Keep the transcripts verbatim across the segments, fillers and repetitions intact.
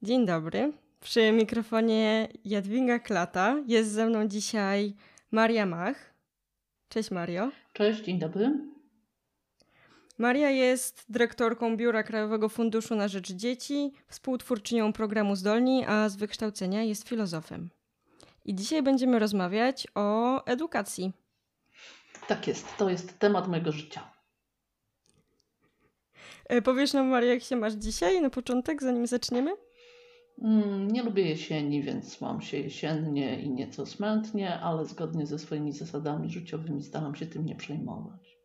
Dzień dobry. Przy mikrofonie Jadwiga Klata. Jest ze mną dzisiaj Maria Mach. Cześć Mario. Cześć, dzień dobry. Maria jest dyrektorką Biura Krajowego Funduszu na Rzecz Dzieci, współtwórczynią programu Zdolni, a z wykształcenia jest filozofem. I dzisiaj będziemy rozmawiać o edukacji. Tak jest, to jest temat mojego życia. E, Powiesz nam, Maria, jak się masz dzisiaj na początek, zanim zaczniemy? Mm, nie lubię jesieni, więc mam się jesiennie i nieco smętnie, ale zgodnie ze swoimi zasadami życiowymi staram się tym nie przejmować.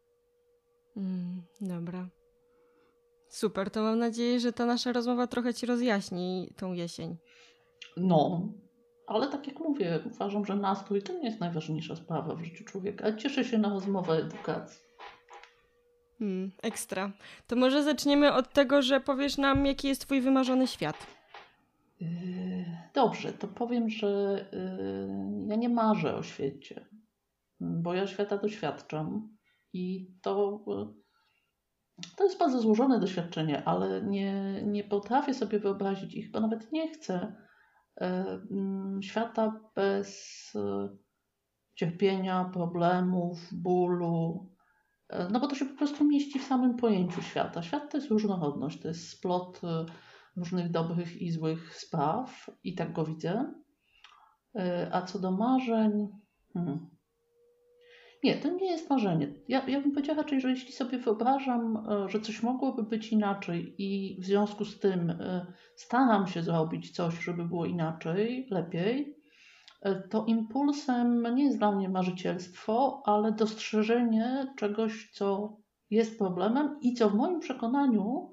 Mm, dobra. Super, to mam nadzieję, że ta nasza rozmowa trochę ci rozjaśni tą jesień. No, ale tak jak mówię, uważam, że nastrój to nie jest najważniejsza sprawa w życiu człowieka. Ale cieszę się na rozmowę o edukacji. Hmm, ekstra. To może zaczniemy od tego, że powiesz nam, jaki jest twój wymarzony świat. Yy, Dobrze, to powiem, że yy, ja nie marzę o świecie, bo ja świata doświadczam i to, yy, to jest bardzo złożone doświadczenie, ale nie, nie potrafię sobie wyobrazić i chyba nawet nie chcę yy, yy, świata bez yy, cierpienia, problemów, bólu, yy, no bo to się po prostu mieści w samym pojęciu świata. Świat to jest różnorodność, to jest splot yy, różnych dobrych i złych spraw i tak go widzę. A co do marzeń, hmm. nie, to nie jest marzenie. Ja, ja bym powiedziała raczej, że jeśli sobie wyobrażam, że coś mogłoby być inaczej i w związku z tym staram się zrobić coś, żeby było inaczej, lepiej, to impulsem nie jest dla mnie marzycielstwo, ale dostrzeżenie czegoś, co jest problemem i co w moim przekonaniu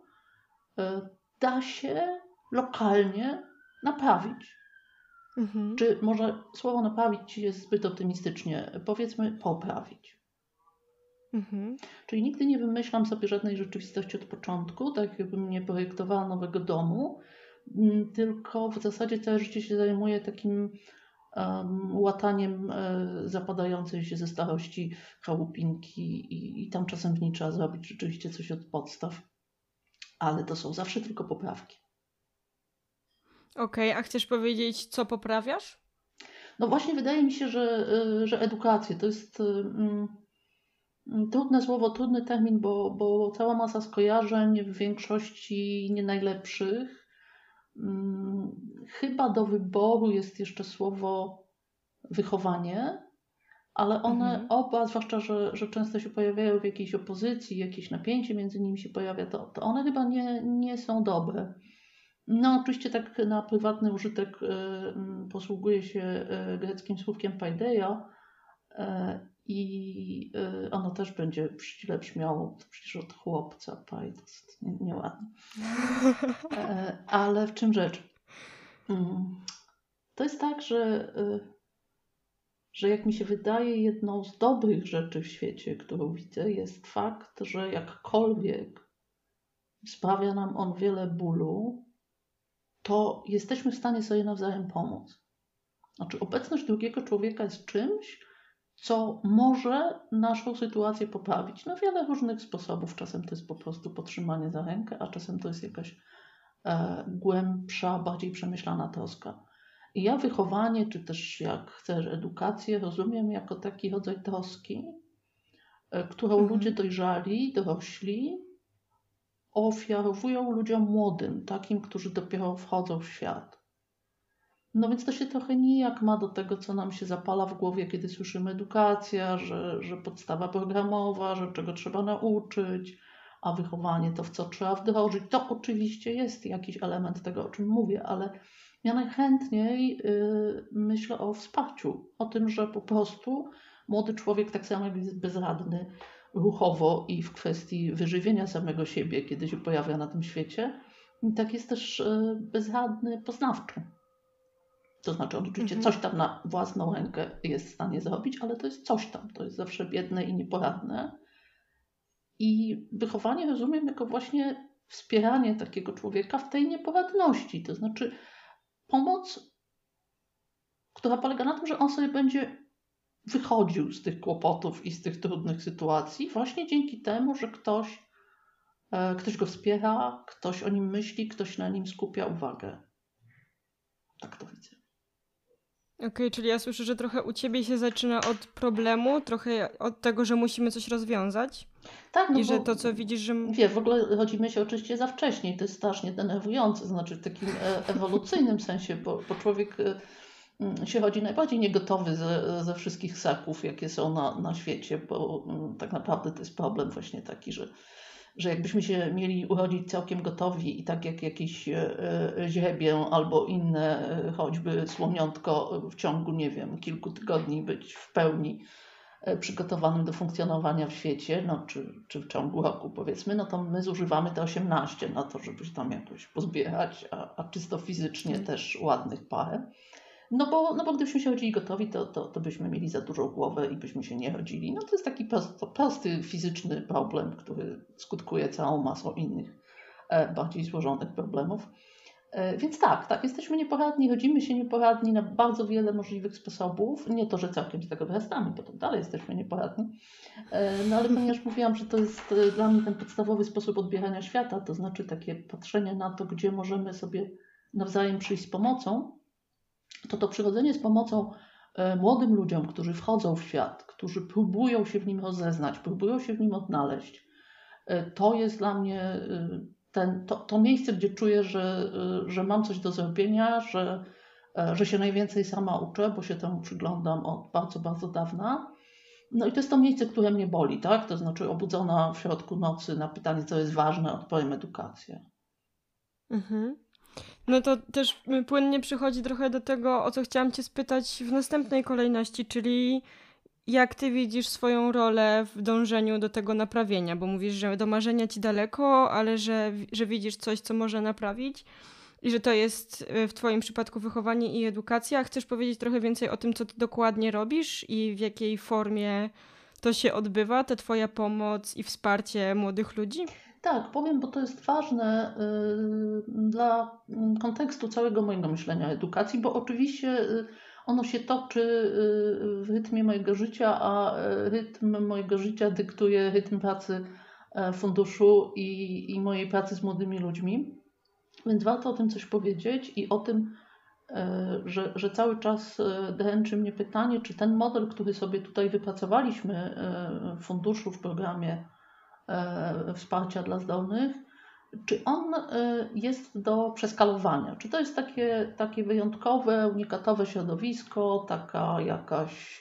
da się lokalnie naprawić. Mhm. Czy może słowo naprawić jest zbyt optymistycznie? Powiedzmy poprawić. Mhm. Czyli nigdy nie wymyślam sobie żadnej rzeczywistości od początku, tak jakbym nie projektowała nowego domu, tylko w zasadzie całe życie się zajmuję takim um, łataniem e, zapadającej się ze starości chałupinki i, i tam czasem w niej trzeba zrobić rzeczywiście coś od podstaw. Ale to są zawsze tylko poprawki. Okej, okay, a chcesz powiedzieć, co poprawiasz? No właśnie wydaje mi się, że, że edukacja to jest um, trudne słowo, trudny termin, bo, bo cała masa skojarzeń w większości nie najlepszych. Um, chyba do wyboru jest jeszcze słowo wychowanie, ale one Mhm. oba, zwłaszcza, że, że często się pojawiają w jakiejś opozycji, jakieś napięcie między nimi się pojawia, to, to one chyba nie, nie są dobre. No oczywiście tak na prywatny użytek y, posługuje się y, greckim słówkiem paideia y, i y, ono też będzie źle brzmiało, przecież od chłopca, paj, to jest nie, nieładnie. Y, ale w czym rzecz? Y, to jest tak, że, y, że jak mi się wydaje, jedną z dobrych rzeczy w świecie, którą widzę, jest fakt, że jakkolwiek sprawia nam on wiele bólu, to jesteśmy w stanie sobie nawzajem pomóc. Znaczy obecność drugiego człowieka jest czymś, co może naszą sytuację poprawić na wiele różnych sposobów. Czasem to jest po prostu potrzymanie za rękę, a czasem to jest jakaś e, głębsza, bardziej przemyślana troska. I ja wychowanie, czy też jak chcesz edukację, rozumiem jako taki rodzaj troski, e, którą Mhm. ludzie dojrzali, dorośli, ofiarowują ludziom młodym, takim, którzy dopiero wchodzą w świat. No więc to się trochę nijak ma do tego, co nam się zapala w głowie, kiedy słyszymy edukacja, że, że podstawa programowa, że czego trzeba nauczyć, a wychowanie to w co trzeba wdrożyć. To oczywiście jest jakiś element tego, o czym mówię, ale ja najchętniej yy, myślę o wsparciu, o tym, że po prostu młody człowiek, tak samo jak jest bezradny ruchowo i w kwestii wyżywienia samego siebie, kiedy się pojawia na tym świecie, tak jest też yy, bezradny poznawczo. To znaczy on oczywiście Mhm. coś tam na własną rękę jest w stanie zrobić, ale to jest coś tam, to jest zawsze biedne i nieporadne. I wychowanie rozumiem jako właśnie wspieranie takiego człowieka w tej nieporadności. To znaczy pomoc, która polega na tym, że on sobie będzie wychodził z tych kłopotów i z tych trudnych sytuacji właśnie dzięki temu, że ktoś Ktoś go wspiera, ktoś o nim myśli, ktoś na nim skupia uwagę. Tak to widzę. Okej, okay, czyli ja słyszę, że trochę u ciebie się zaczyna od problemu, trochę od tego, że musimy coś rozwiązać. Tak, no i bo, że to, co widzisz, że... Wie, w ogóle rodzimy się oczywiście za wcześnie. To jest strasznie denerwujące, znaczy w takim ewolucyjnym sensie, bo, bo człowiek się rodzi najbardziej niegotowy ze, ze wszystkich ssaków, jakie są na, na świecie, bo tak naprawdę to jest problem właśnie taki, że że jakbyśmy się mieli urodzić całkiem gotowi i tak jak jakiś źrebię albo inne, choćby słoniątko w ciągu, nie wiem, kilku tygodni być w pełni przygotowanym do funkcjonowania w świecie, no, czy, czy w ciągu roku powiedzmy, no to my zużywamy te osiemnaście na to, żeby się tam jakoś pozbierać, a, a czysto fizycznie hmm. też ładnych parę. No bo, no bo gdybyśmy się rodzili gotowi, to, to, to byśmy mieli za dużą głowę i byśmy się nie rodzili. No to jest taki prosty, prosty fizyczny problem, który skutkuje całą masą innych, e, bardziej złożonych problemów. E, więc tak, tak, jesteśmy nieporadni, rodzimy się nieporadni na bardzo wiele możliwych sposobów. Nie to, że całkiem z tego wyrastamy, bo to dalej jesteśmy nieporadni. E, no ale ponieważ mówiłam, że to jest dla mnie ten podstawowy sposób odbierania świata, to znaczy takie patrzenie na to, gdzie możemy sobie nawzajem przyjść z pomocą, to to przychodzenie z pomocą młodym ludziom, którzy wchodzą w świat, którzy próbują się w nim rozeznać, próbują się w nim odnaleźć, to jest dla mnie ten, to, to miejsce, gdzie czuję, że, że mam coś do zrobienia, że, że się najwięcej sama uczę, bo się temu przyglądam od bardzo, bardzo dawna. No i to jest to miejsce, które mnie boli, tak? To znaczy obudzona w środku nocy na pytanie, co jest ważne, odpowiem edukację. Mhm. No to też płynnie przychodzi trochę do tego, o co chciałam cię spytać w następnej kolejności, czyli jak ty widzisz swoją rolę w dążeniu do tego naprawienia, bo mówisz, że do marzenia ci daleko, ale że, że widzisz coś, co może naprawić i że to jest w twoim przypadku wychowanie i edukacja. Chcesz powiedzieć trochę więcej o tym, co ty dokładnie robisz i w jakiej formie to się odbywa, ta twoja pomoc i wsparcie młodych ludzi? Tak, powiem, bo to jest ważne y, dla kontekstu całego mojego myślenia o edukacji, bo oczywiście ono się toczy y, w rytmie mojego życia, a rytm mojego życia dyktuje rytm pracy funduszu i, i mojej pracy z młodymi ludźmi. Więc warto o tym coś powiedzieć i o tym, y, że, że cały czas dręczy mnie pytanie, czy ten model, który sobie tutaj wypracowaliśmy w funduszu, w programie wsparcia dla zdolnych, czy on jest do przeskalowania? Czy to jest takie, takie wyjątkowe, unikatowe środowisko, taka jakaś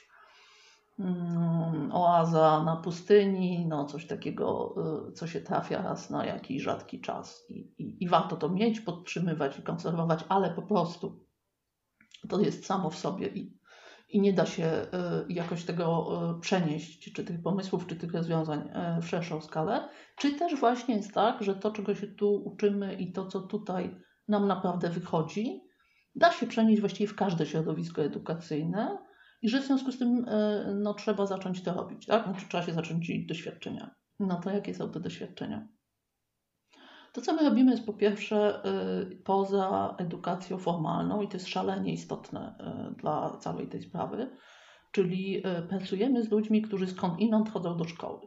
um, oaza na pustyni, no coś takiego, co się trafia raz na jakiś rzadki czas i, i, i warto to mieć, podtrzymywać i konserwować, ale po prostu to jest samo w sobie i I nie da się jakoś tego przenieść, czy tych pomysłów, czy tych rozwiązań w szerszą skalę. Czy też właśnie jest tak, że to, czego się tu uczymy i to, co tutaj nam naprawdę wychodzi, da się przenieść właściwie w każde środowisko edukacyjne i że w związku z tym no, trzeba zacząć to robić, tak? Znaczy, trzeba się zacząć dzielić doświadczeniami. No to jakie są te doświadczenia? To, co my robimy, jest po pierwsze poza edukacją formalną i to jest szalenie istotne dla całej tej sprawy, czyli pracujemy z ludźmi, którzy skądinąd chodzą do szkoły.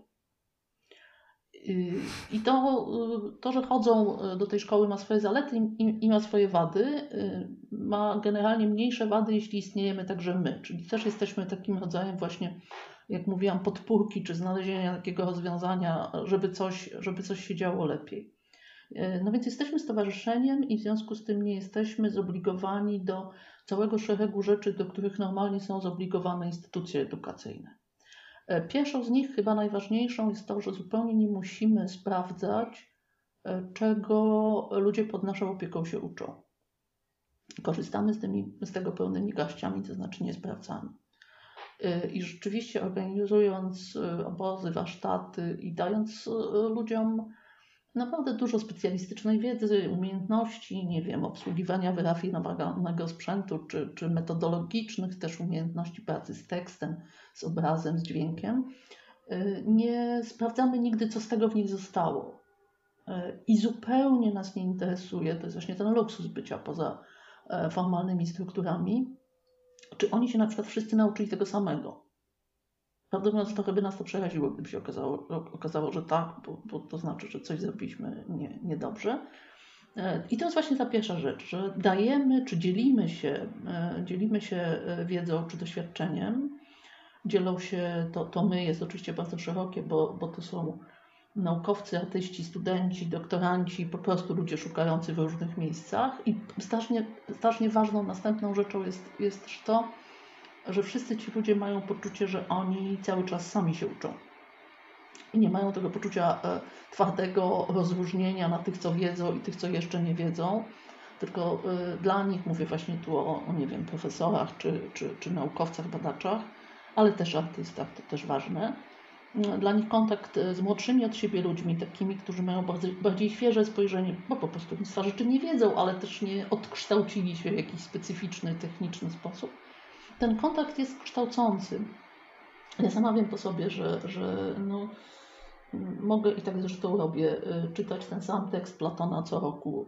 I to, to, że chodzą do tej szkoły, ma swoje zalety i, i ma swoje wady. Ma generalnie mniejsze wady, jeśli istniejemy także my, czyli też jesteśmy takim rodzajem właśnie, jak mówiłam, podpórki czy znalezienia takiego rozwiązania, żeby coś, żeby coś się działo lepiej. No więc jesteśmy stowarzyszeniem i w związku z tym nie jesteśmy zobligowani do całego szeregu rzeczy, do których normalnie są zobligowane instytucje edukacyjne. Pierwszą z nich, chyba najważniejszą, jest to, że zupełnie nie musimy sprawdzać, czego ludzie pod naszą opieką się uczą. Korzystamy z, tymi, z tego pełnymi garściami, to znaczy nie sprawdzamy. I rzeczywiście organizując obozy, warsztaty i dając ludziom naprawdę dużo specjalistycznej wiedzy, umiejętności, nie wiem, obsługiwania wyrafinowanego sprzętu, czy, czy metodologicznych też umiejętności pracy z tekstem, z obrazem, z dźwiękiem. Nie sprawdzamy nigdy, co z tego w nich zostało. I zupełnie nas nie interesuje, to jest właśnie ten luksus bycia poza formalnymi strukturami, czy oni się na przykład wszyscy nauczyli tego samego. prawdę mówiąc, trochę by nas to przeraziło, gdyby się okazało, okazało że tak, bo, bo to znaczy, że coś zrobiliśmy nie, niedobrze. I to jest właśnie ta pierwsza rzecz, że dajemy, czy dzielimy się, dzielimy się wiedzą, czy doświadczeniem. Dzielą się, to, to my jest oczywiście bardzo szerokie, bo, bo to są naukowcy, artyści, studenci, doktoranci, po prostu ludzie szukający w różnych miejscach. I strasznie, strasznie ważną następną rzeczą jest, jest też to, że wszyscy ci ludzie mają poczucie, że oni cały czas sami się uczą. I nie mają tego poczucia e, twardego rozróżnienia na tych, co wiedzą i tych, co jeszcze nie wiedzą. Tylko e, dla nich, mówię właśnie tu o, o nie wiem, profesorach czy, czy, czy naukowcach, badaczach, ale też artystach, to też ważne. Dla nich kontakt z młodszymi od siebie ludźmi, takimi, którzy mają bardziej, bardziej świeże spojrzenie, bo po prostu mnóstwo rzeczy nie wiedzą, ale też nie odkształcili się w jakiś specyficzny, techniczny sposób. Ten kontakt jest kształcący. Ja sama wiem po sobie, że, że no, mogę, i tak zresztą robię, czytać ten sam tekst Platona co roku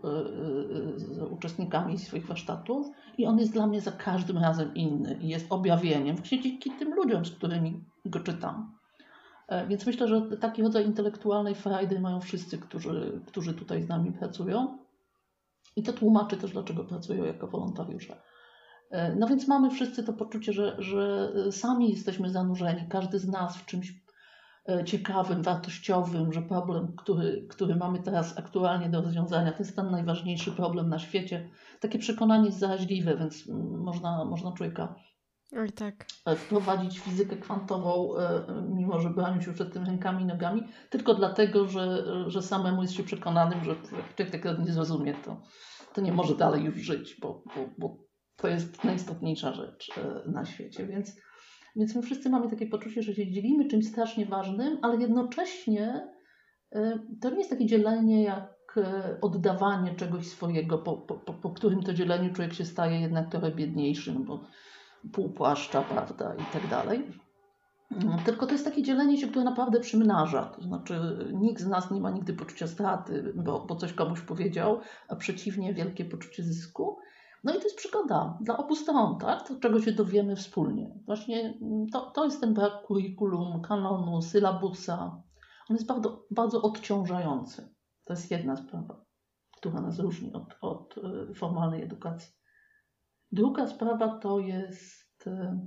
z uczestnikami swoich warsztatów i on jest dla mnie za każdym razem inny i jest objawieniem właśnie dzięki tym ludziom, z którymi go czytam. Więc myślę, że taki rodzaj intelektualnej frajdy mają wszyscy, którzy, którzy tutaj z nami pracują. I to tłumaczy też, dlaczego pracują jako wolontariusze. No więc mamy wszyscy to poczucie, że, że sami jesteśmy zanurzeni, każdy z nas w czymś ciekawym, wartościowym, że problem, który, który mamy teraz aktualnie do rozwiązania, to jest ten najważniejszy problem na świecie. Takie przekonanie jest zaraźliwe, więc można, można człowieka Oj, tak. wprowadzić fizykę kwantową, mimo że bronić się przed tym rękami i nogami, tylko dlatego, że, że samemu jest się przekonanym, że jak człowiek tego nie zrozumie, to, to nie może dalej już żyć, bo, bo, bo to jest najistotniejsza rzecz na świecie. Więc, więc my wszyscy mamy takie poczucie, że się dzielimy czymś strasznie ważnym, ale jednocześnie to nie jest takie dzielenie jak oddawanie czegoś swojego, po, po, po, po którym to dzieleniu człowiek się staje jednak trochę biedniejszy, no bo pół płaszcza, prawda, i tak dalej. Tylko to jest takie dzielenie się, które naprawdę przymnaża. To znaczy nikt z nas nie ma nigdy poczucia straty, bo, bo coś komuś powiedział, a przeciwnie wielkie poczucie zysku. No i to jest przygoda dla obu stron, tak? To, czego się dowiemy wspólnie. Właśnie to, to jest ten brak curriculum, kanonu, sylabusa. On jest bardzo, bardzo odciążający. To jest jedna sprawa, która nas różni od, od formalnej edukacji. Druga sprawa to jest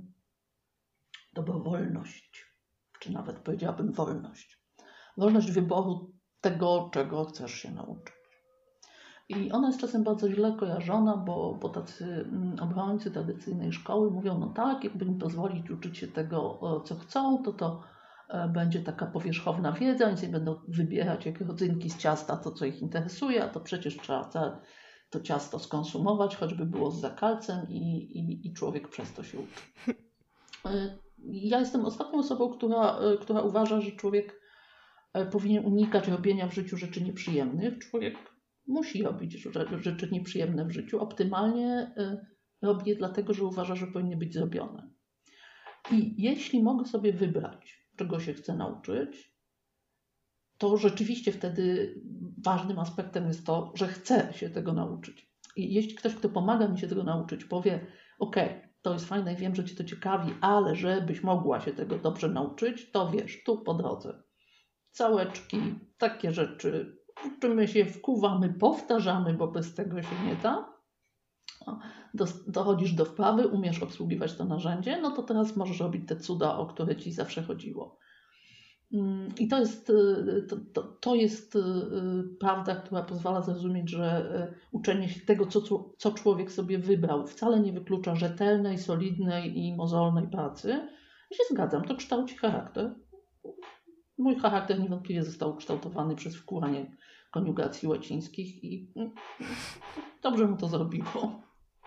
dobrowolność, czy nawet powiedziałabym wolność. Wolność wyboru tego, czego chcesz się nauczyć. I ona jest czasem bardzo źle kojarzona, bo, bo tacy obrońcy tradycyjnej szkoły mówią, no tak, jakby im pozwolić uczyć się tego, co chcą, to to będzie taka powierzchowna wiedza, więc nie będą wybierać jak rodzynki z ciasta to, co ich interesuje, a to przecież trzeba to ciasto skonsumować, choćby było z zakalcem i, i, i człowiek przez to się uczy. Ja jestem ostatnią osobą, która, która uważa, że człowiek powinien unikać robienia w życiu rzeczy nieprzyjemnych. Człowiek musi robić rzeczy nieprzyjemne w życiu. Optymalnie robi je dlatego, że uważa, że powinny być zrobione. I jeśli mogę sobie wybrać, czego się chcę nauczyć, to rzeczywiście wtedy ważnym aspektem jest to, że chcę się tego nauczyć. I jeśli ktoś, kto pomaga mi się tego nauczyć, powie, ok, to jest fajne i wiem, że Cię to ciekawi, ale żebyś mogła się tego dobrze nauczyć, to wiesz, tu po drodze całeczki, takie rzeczy, uczymy się, wkuwamy, powtarzamy, bo bez tego się nie da. Dochodzisz do wprawy, umiesz obsługiwać to narzędzie, no to teraz możesz robić te cuda, o które Ci zawsze chodziło. I to jest, to, to, to jest prawda, która pozwala zrozumieć, że uczenie się tego, co, co człowiek sobie wybrał, wcale nie wyklucza rzetelnej, solidnej i mozolnej pracy. Ja się zgadzam, to kształci charakter. Mój charakter niewątpliwie został ukształtowany przez wkładanie koniugacji łacińskich i dobrze mu to zrobiło.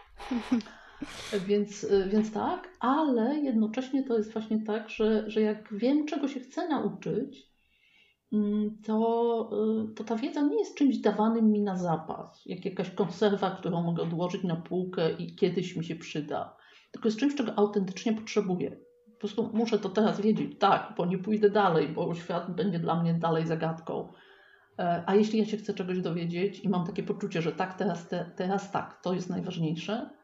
Więc, więc tak, ale jednocześnie to jest właśnie tak, że, że jak wiem, czego się chcę nauczyć, to, to ta wiedza nie jest czymś dawanym mi na zapas, jak jakaś konserwa, którą mogę odłożyć na półkę i kiedyś mi się przyda, tylko jest czymś, czego autentycznie potrzebuję. Po prostu muszę to teraz wiedzieć, tak, bo nie pójdę dalej, bo świat będzie dla mnie dalej zagadką. A jeśli ja się chcę czegoś dowiedzieć i mam takie poczucie, że tak, teraz, te, teraz tak, to jest najważniejsze,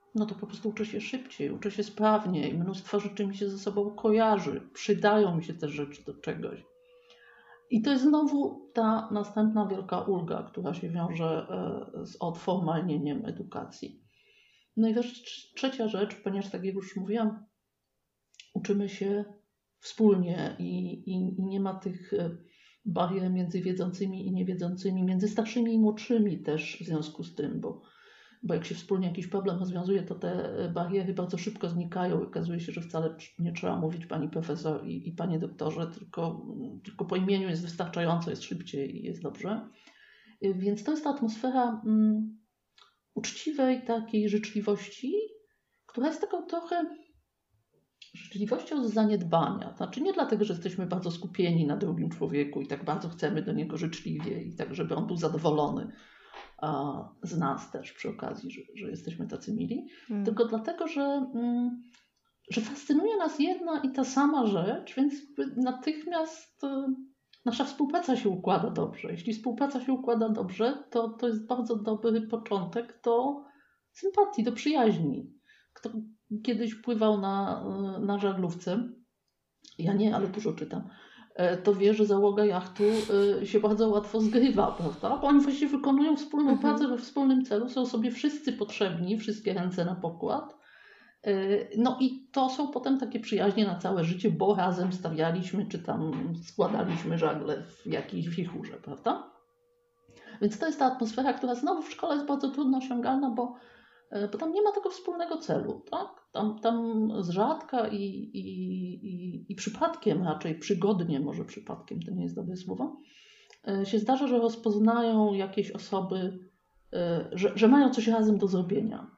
no to po prostu uczę się szybciej, uczę się sprawniej, mnóstwo rzeczy mi się ze sobą kojarzy, przydają mi się te rzeczy do czegoś. I to jest znowu ta następna wielka ulga, która się wiąże z odformalnieniem edukacji. No i wreszcie trzecia rzecz, ponieważ tak jak już mówiłam, uczymy się wspólnie i, i, i nie ma tych barier między wiedzącymi i niewiedzącymi, między starszymi i młodszymi też w związku z tym, bo, bo jak się wspólnie jakiś problem rozwiązuje, to te bariery bardzo szybko znikają i okazuje się, że wcale nie trzeba mówić pani profesor i, i panie doktorze, tylko, tylko po imieniu jest wystarczająco, jest szybciej i jest dobrze. Więc to jest ta atmosfera um, uczciwej takiej życzliwości, która jest taką trochę życzliwością z zaniedbania. Znaczy nie dlatego, że jesteśmy bardzo skupieni na drugim człowieku i tak bardzo chcemy do niego życzliwie i tak, żeby on był zadowolony a, z nas też przy okazji, że, że jesteśmy tacy mili, hmm. tylko dlatego, że, mm, że fascynuje nas jedna i ta sama rzecz, więc natychmiast nasza współpraca się układa dobrze. Jeśli współpraca się układa dobrze, to, to jest bardzo dobry początek do sympatii, do przyjaźni. Kto kiedyś pływał na, na żaglówce, ja nie, ale dużo czytam, to wie, że załoga jachtu się bardzo łatwo zgrywa, prawda? Bo oni właściwie wykonują wspólną mhm. pracę we wspólnym celu, są sobie wszyscy potrzebni, wszystkie ręce na pokład. No i to są potem takie przyjaźnie na całe życie, bo razem stawialiśmy, czy tam składaliśmy żagle w jakiejś wichurze, prawda? Więc to jest ta atmosfera, która znowu w szkole jest bardzo trudno osiągalna, bo, bo tam nie ma tego wspólnego celu, tak? Tam, tam z rzadka i, i, i, i przypadkiem, raczej przygodnie, może przypadkiem, to nie jest dobre słowo, się zdarza, że rozpoznają jakieś osoby, że, że mają coś razem do zrobienia.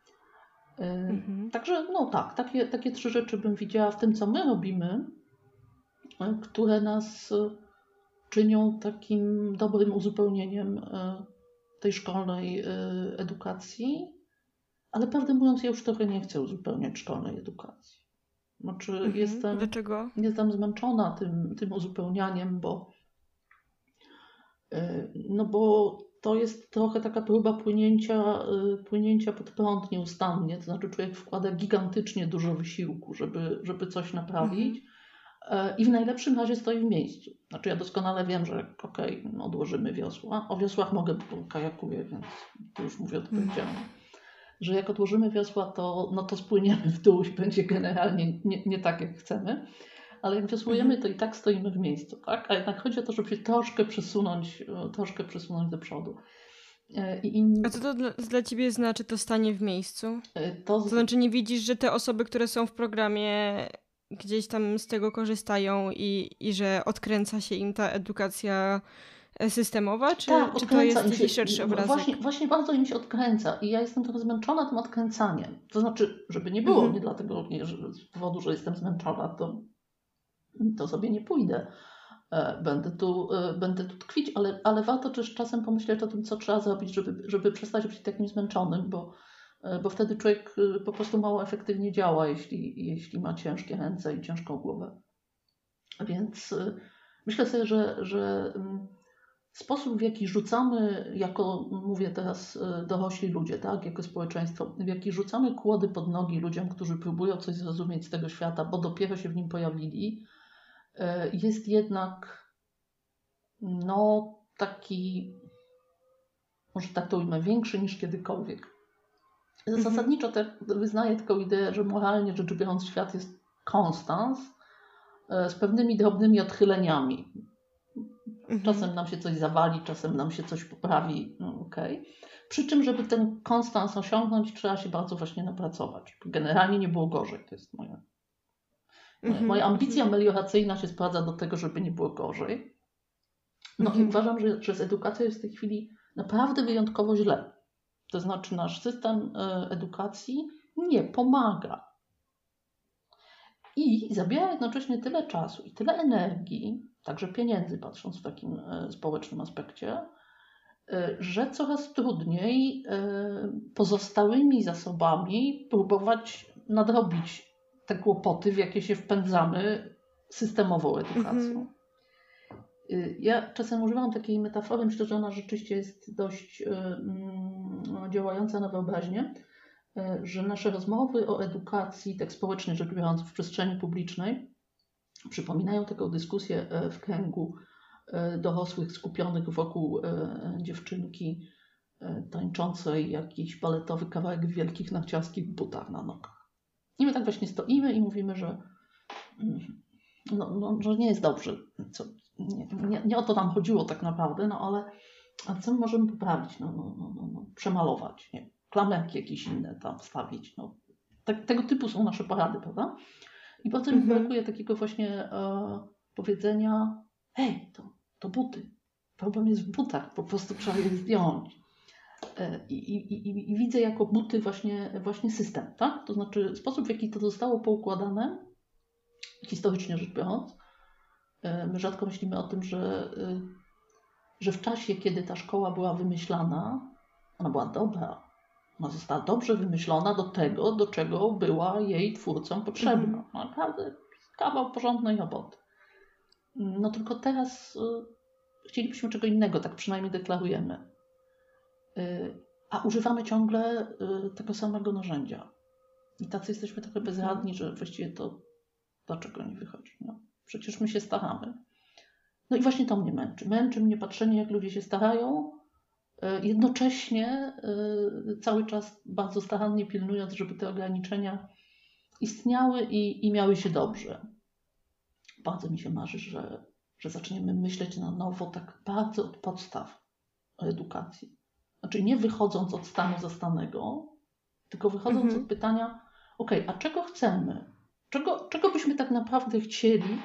Mhm. Także no tak, takie, takie trzy rzeczy bym widziała w tym, co my robimy, które nas czynią takim dobrym uzupełnieniem tej szkolnej edukacji, ale prawdę mówiąc, ja już trochę nie chcę uzupełniać szkolnej edukacji. Znaczy mhm. jestem, Dlaczego? jestem zmęczona tym, tym uzupełnianiem, bo no bo to jest trochę taka próba płynięcia, płynięcia pod prąd nieustannie. To znaczy człowiek wkłada gigantycznie dużo wysiłku, żeby, żeby coś naprawić mhm. i w najlepszym razie stoi w miejscu. Znaczy ja doskonale wiem, że okej, okay, odłożymy wiosła. O wiosłach mogę, bo kajakuję, więc to już mówię odpowiedzialnie. Mhm. Że jak odłożymy wiosła, to, no to spłyniemy w dół i będzie generalnie nie, nie tak, jak chcemy. Ale jak wiosłujemy, mhm. to i tak stoimy w miejscu, tak? A jednak chodzi o to, żeby się troszkę przesunąć, troszkę przesunąć do przodu. I inni... A co to dla, dla ciebie znaczy to stanie w miejscu? To... to znaczy nie widzisz, że te osoby, które są w programie gdzieś tam z tego korzystają i, i że odkręca się im ta edukacja systemomowa, czy, tak, czy to jest jakiś się, szerszy obrazek? Właśnie, właśnie bardzo im się odkręca i ja jestem trochę zmęczona tym odkręcaniem. To znaczy, żeby nie było, mhm. nie dlatego, nie, że z powodu, że jestem zmęczona, to, to sobie nie pójdę. Będę tu, będę tu tkwić, ale, ale warto też czasem pomyśleć o tym, co trzeba zrobić, żeby, żeby przestać być takim zmęczonym, bo, bo wtedy człowiek po prostu mało efektywnie działa, jeśli, jeśli ma ciężkie ręce i ciężką głowę. Więc myślę sobie, że, że sposób, w jaki rzucamy, jako mówię teraz dorośli ludzie, tak, jako społeczeństwo, w jaki rzucamy kłody pod nogi ludziom, którzy próbują coś zrozumieć z tego świata, bo dopiero się w nim pojawili, jest jednak no taki, może tak to ujmę, większy niż kiedykolwiek. Zasadniczo te, wyznaję taką ideę, że moralnie rzecz biorąc świat jest konstans z pewnymi drobnymi odchyleniami. Czasem nam się coś zawali, czasem nam się coś poprawi, no okej. Okay. Przy czym, żeby ten konstans osiągnąć, trzeba się bardzo właśnie napracować. Generalnie nie było gorzej, to jest moja Mm-hmm. Moja ambicja melioracyjna się sprawdza do tego, żeby nie było gorzej. No mm-hmm. i uważam, że, że z edukacją jest w tej chwili naprawdę wyjątkowo źle. To znaczy nasz system edukacji nie pomaga. I zabiera jednocześnie tyle czasu i tyle energii, także pieniędzy, patrząc w takim społecznym aspekcie, że coraz trudniej pozostałymi zasobami próbować nadrobić te kłopoty, w jakie się wpędzamy systemową edukacją. Mm-hmm. Ja czasem używam takiej metafory, myślę, że ona rzeczywiście jest dość um, działająca na wyobraźnię. że nasze rozmowy o edukacji, tak społecznie rzecz biorąc, w przestrzeni publicznej, przypominają taką dyskusję w kręgu dorosłych skupionych wokół dziewczynki tańczącej jakiś baletowy kawałek w wielkich narciarskich butach na nogach. I my tak właśnie stoimy i mówimy, że, no, no, że nie jest dobrze. Co, nie, nie, nie o to nam chodziło tak naprawdę, no ale a co my możemy poprawić? No, no, no, no, no, przemalować, nie? Klamerki jakieś inne tam wstawić. No. Tak, tego typu są nasze porady, prawda? I potem mm-hmm. brakuje takiego właśnie e, powiedzenia, hej, to, to buty. Problem jest w butach, po prostu trzeba je zdjąć. E, i, i, i, I widzę jako buty właśnie, właśnie system, tak? To znaczy sposób, w jaki to zostało poukładane, historycznie rzecz biorąc. E, my rzadko myślimy o tym, że, e, że w czasie, kiedy ta szkoła była wymyślana, ona była dobra. Ona została dobrze wymyślona do tego, do czego była jej twórcom potrzebna. Mhm. Naprawdę kawał porządnej roboty. No tylko teraz y, chcielibyśmy czego innego, tak przynajmniej deklarujemy. Y, a używamy ciągle y, tego samego narzędzia. I tacy jesteśmy trochę bezradni, że właściwie to dlaczego nie wychodzi. No, przecież my się staramy. No i właśnie to mnie męczy. Męczy mnie patrzenie, jak ludzie się starają, jednocześnie cały czas bardzo starannie pilnując, żeby te ograniczenia istniały i, i miały się dobrze. Bardzo mi się marzy, że, że zaczniemy myśleć na nowo tak bardzo od podstaw o edukacji. Znaczy nie wychodząc od stanu zastanego, tylko wychodząc mhm. od pytania, ok, a czego chcemy? Czego, czego byśmy tak naprawdę chcieli?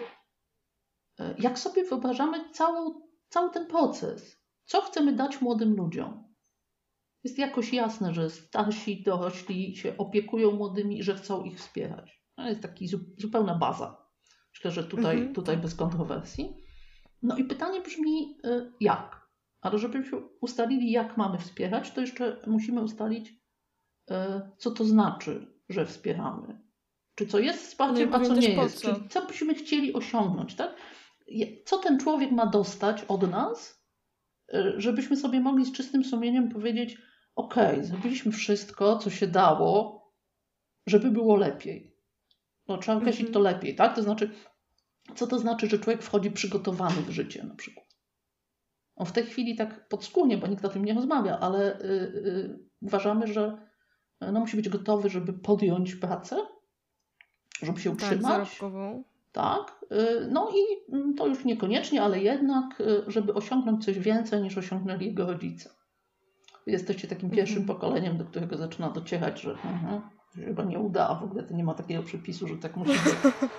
Jak sobie wyobrażamy całą, cały ten proces? Co chcemy dać młodym ludziom? Jest jakoś jasne, że starsi, dorośli się opiekują młodymi i że chcą ich wspierać. To jest taka zupełna baza. Myślę, że tutaj, mhm. tutaj bez kontrowersji. No i pytanie brzmi, jak? Ale żebyśmy ustalili, jak mamy wspierać, to jeszcze musimy ustalić, co to znaczy, że wspieramy. Czy co jest wsparciem, no a co nie jest. Co. Czyli co byśmy chcieli osiągnąć, tak? Co ten człowiek ma dostać od nas, żebyśmy sobie mogli z czystym sumieniem powiedzieć, okej, okay, zrobiliśmy wszystko, co się dało, żeby było lepiej. No, trzeba określić mm-hmm. to lepiej, tak? To znaczy, co to znaczy, że człowiek wchodzi przygotowany w życie na przykład. On w tej chwili tak podskórnie, bo nikt o tym nie rozmawia, ale yy, yy, uważamy, że no, musi być gotowy, żeby podjąć pracę, żeby się utrzymać. Tak, zarobkową. Tak, no i to już niekoniecznie, ale jednak, żeby osiągnąć coś więcej niż osiągnęli jego rodzice. Jesteście takim pierwszym mhm. pokoleniem, do którego zaczyna docierać, że uh-huh, to się chyba nie uda, a w ogóle to nie ma takiego przepisu, że tak musi być.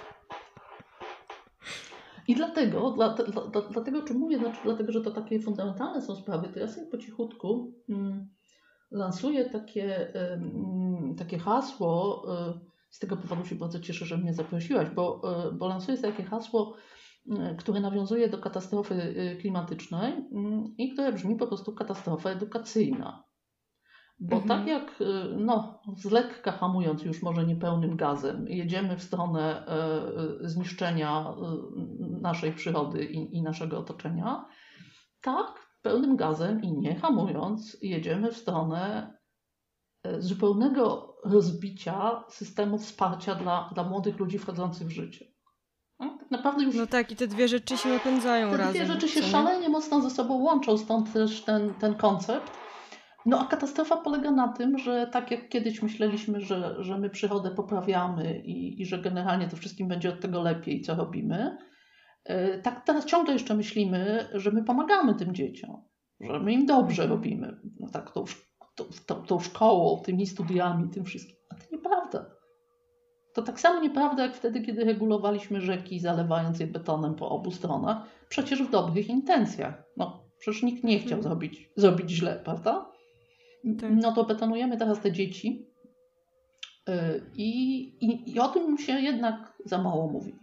I dlatego, dla, dla, dla, dlatego czym mówię, znaczy dlatego, że to takie fundamentalne są sprawy, to ja sobie po cichutku mm, lansuję takie, mm, takie hasło. Y, Z tego powodu się bardzo cieszę, że mnie zaprosiłaś, bo, bo lansuję takie hasło, które nawiązuje do katastrofy klimatycznej i które brzmi po prostu katastrofa edukacyjna. Bo mhm. tak jak no, z lekka hamując już może niepełnym gazem jedziemy w stronę zniszczenia naszej przyrody i, i naszego otoczenia, tak pełnym gazem i nie hamując jedziemy w stronę zupełnego rozbicia systemu wsparcia dla, dla młodych ludzi wchodzących w życie. No, tak naprawdę już no tak, i te dwie rzeczy się napędzają te razem. Te dwie rzeczy się szalenie mocno ze sobą łączą, stąd też ten, ten koncept. No a katastrofa polega na tym, że tak jak kiedyś myśleliśmy, że, że my przyrodę poprawiamy i, i że generalnie to wszystkim będzie od tego lepiej, co robimy, tak teraz ciągle jeszcze myślimy, że my pomagamy tym dzieciom, że my im dobrze mhm. robimy. No tak to już Tą, tą, tą szkołą, tymi studiami, tym wszystkim. A to nieprawda. To tak samo nieprawda, jak wtedy, kiedy regulowaliśmy rzeki, zalewając je betonem po obu stronach, przecież w dobrych intencjach. No, przecież nikt nie chciał hmm. zrobić, zrobić źle, prawda? Tak. No to betonujemy teraz te dzieci yy, i, i o tym się jednak za mało mówi.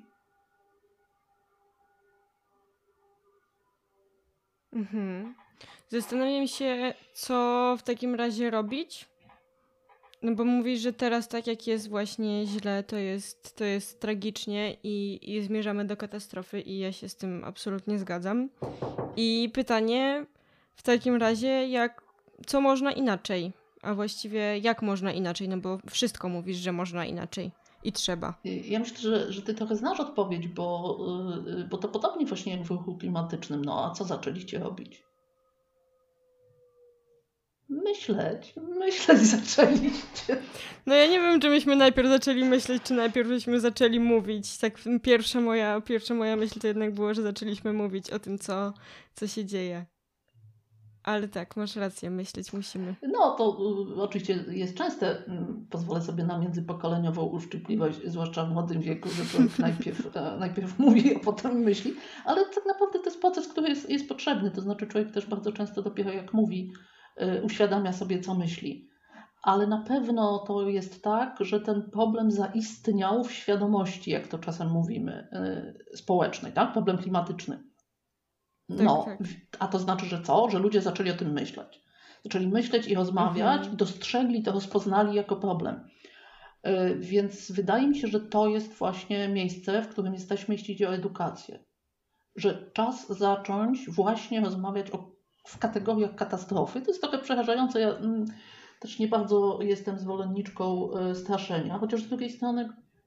Mhm. Zastanawiam się, co w takim razie robić. No bo mówisz, że teraz tak jak jest właśnie źle, to jest, to jest tragicznie i, i zmierzamy do katastrofy i ja się z tym absolutnie zgadzam. I pytanie w takim razie, jak, co można inaczej? A właściwie jak można inaczej? No bo wszystko mówisz, że można inaczej i trzeba. Ja myślę, że, że ty trochę znasz odpowiedź, bo, bo to podobnie właśnie jak w ruchu klimatycznym. No a co zaczęliście robić? Myśleć, myśleć zaczęliście. No ja nie wiem, czy myśmy najpierw zaczęli myśleć, czy najpierw żeśmy zaczęli mówić. Tak pierwsza moja, pierwsza moja myśl to jednak było, że zaczęliśmy mówić o tym, co, co się dzieje. Ale tak, masz rację, myśleć musimy. No to y, oczywiście jest częste, y, pozwolę sobie na międzypokoleniową uszczypliwość, zwłaszcza w młodym wieku, że człowiek najpierw, e, najpierw mówi, a potem myśli, ale tak naprawdę to jest proces, który jest, jest potrzebny, to znaczy człowiek też bardzo często dopiero jak mówi, y, uświadamia sobie, co myśli. Ale na pewno to jest tak, że ten problem zaistniał w świadomości, jak to czasem mówimy, y, społecznej, tak? Problem klimatyczny. No, Tak, tak. a to znaczy, że co? Że ludzie zaczęli o tym myśleć. Zaczęli myśleć i rozmawiać, Mhm. dostrzegli to, rozpoznali jako problem. Yy, więc wydaje mi się, że to jest właśnie miejsce, w którym jesteśmy, jeśli chodzi o edukację. Że czas zacząć właśnie rozmawiać o, w kategoriach katastrofy. To jest trochę przerażające. Ja mm, też nie bardzo jestem zwolenniczką y, straszenia, chociaż z drugiej strony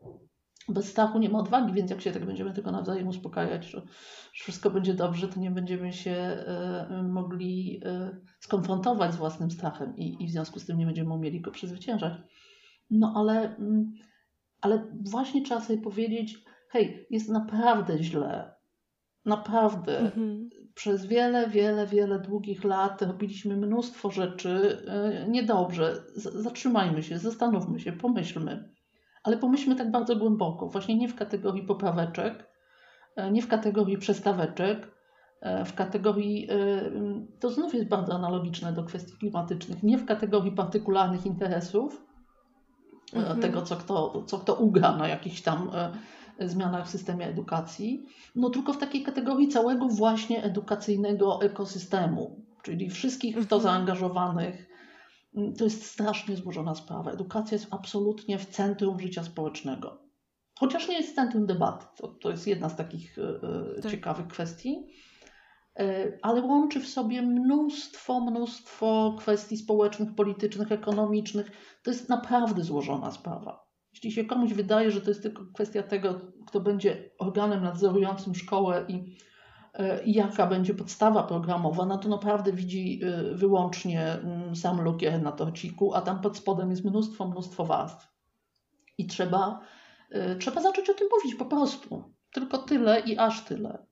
bez strachu nie ma odwagi, więc jak się tak będziemy tylko nawzajem uspokajać, że, że wszystko będzie dobrze, to nie będziemy się y, mogli y, skonfrontować z własnym strachem i, i w związku z tym nie będziemy umieli go przezwyciężać. No ale, y, ale właśnie trzeba sobie powiedzieć, hej, jest naprawdę źle. Naprawdę. Mhm. Przez wiele, wiele, wiele długich lat robiliśmy mnóstwo rzeczy y, niedobrze. Z, zatrzymajmy się, zastanówmy się, pomyślmy. Ale pomyślmy tak bardzo głęboko, właśnie nie w kategorii popraweczek, nie w kategorii przestaweczek, w kategorii, to znów jest bardzo analogiczne do kwestii klimatycznych, nie w kategorii partykularnych interesów, mhm. tego co kto, co kto ugra na jakichś tam zmianach w systemie edukacji, no tylko w takiej kategorii całego właśnie edukacyjnego ekosystemu, czyli wszystkich w to mhm. zaangażowanych. To jest strasznie złożona sprawa. Edukacja jest absolutnie w centrum życia społecznego. Chociaż nie jest w centrum debaty. To, to jest jedna z takich e, tak. ciekawych kwestii. E, ale łączy w sobie mnóstwo, mnóstwo kwestii społecznych, politycznych, ekonomicznych. To jest naprawdę złożona sprawa. Jeśli się komuś wydaje, że to jest tylko kwestia tego, kto będzie organem nadzorującym szkołę i i jaka będzie podstawa programowa, no to naprawdę widzi wyłącznie sam lukier na torciku, a tam pod spodem jest mnóstwo, mnóstwo warstw. I trzeba, trzeba zacząć o tym mówić po prostu. Tylko tyle i aż tyle.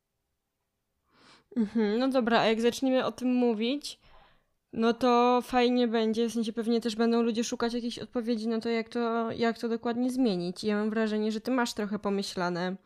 Mhm, no dobra, a jak zaczniemy o tym mówić, no to fajnie będzie, w sensie pewnie też będą ludzie szukać jakichś odpowiedzi na to, jak to, jak to dokładnie zmienić. I ja mam wrażenie, że ty masz trochę pomyślane,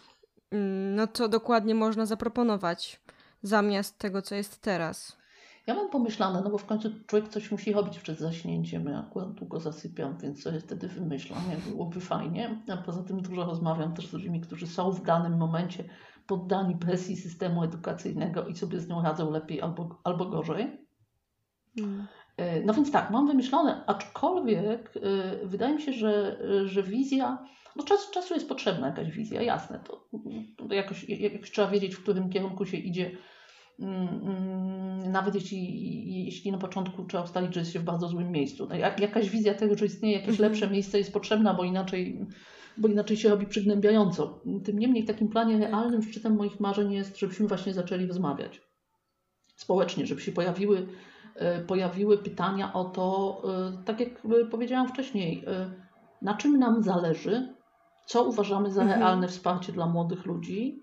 no co dokładnie można zaproponować zamiast tego, co jest teraz. Ja mam pomyślane, no bo w końcu człowiek coś musi robić przed zaśnięciem. Ja akurat długo zasypiam, więc sobie wtedy wymyślam, jak byłoby fajnie. A poza tym dużo rozmawiam też z ludźmi, którzy są w danym momencie poddani presji systemu edukacyjnego i sobie z nią radzą lepiej albo, albo gorzej. Hmm. No więc tak, mam wymyślone, aczkolwiek yy, wydaje mi się, że, yy, że wizja, no czas, czasu jest potrzebna jakaś wizja, jasne, to, to jakoś, jakoś trzeba wiedzieć, w którym kierunku się idzie, yy, yy, nawet jeśli, jeśli na początku trzeba ustalić, że jest się w bardzo złym miejscu. No, jak, jakaś wizja tego, że istnieje jakieś mhm. lepsze miejsce jest potrzebna, bo inaczej, bo inaczej się robi przygnębiająco. Tym niemniej w takim planie realnym szczytem moich marzeń jest, żebyśmy właśnie zaczęli rozmawiać społecznie, żeby się pojawiły pojawiły pytania o to, tak jak powiedziałam wcześniej, na czym nam zależy, co uważamy za mhm. realne wsparcie dla młodych ludzi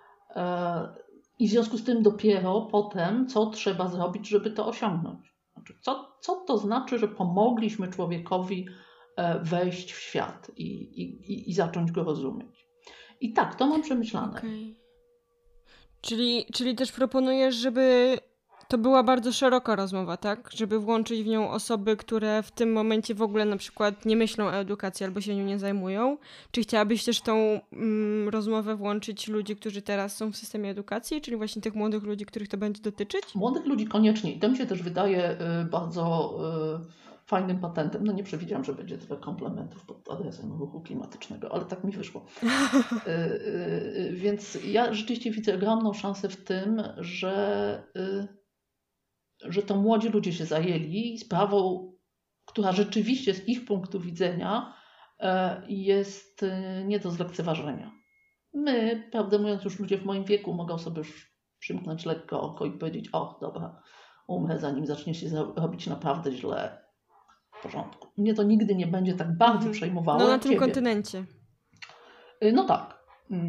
i w związku z tym dopiero potem, co trzeba zrobić, żeby to osiągnąć. Znaczy, co, co to znaczy, że pomogliśmy człowiekowi wejść w świat i, i, i zacząć go rozumieć. I tak, to mam przemyślane. Okay. Czyli, czyli też proponujesz, żeby to była bardzo szeroka rozmowa, tak? Żeby włączyć w nią osoby, które w tym momencie w ogóle na przykład nie myślą o edukacji albo się nią nie zajmują. Czy chciałabyś też tą mm, rozmowę włączyć ludzi, którzy teraz są w systemie edukacji, czyli właśnie tych młodych ludzi, których to będzie dotyczyć? Młodych ludzi koniecznie. I to mi się też wydaje y, bardzo y, fajnym patentem. No nie przewidziałam, że będzie tyle komplementów pod adresem ruchu klimatycznego, ale tak mi wyszło. y, y, y, więc ja rzeczywiście widzę ogromną szansę w tym, że... Y, że to młodzi ludzie się zajęli sprawą która rzeczywiście z ich punktu widzenia jest nie do zlekceważenia. My, prawdę mówiąc, już ludzie w moim wieku mogą sobie już przymknąć lekko oko i powiedzieć: o, dobra, umrę, zanim zacznie się robić naprawdę źle. W porządku. Mnie to nigdy nie będzie tak bardzo mhm. przejmowało. No na jak tym ciebie. kontynencie. No tak.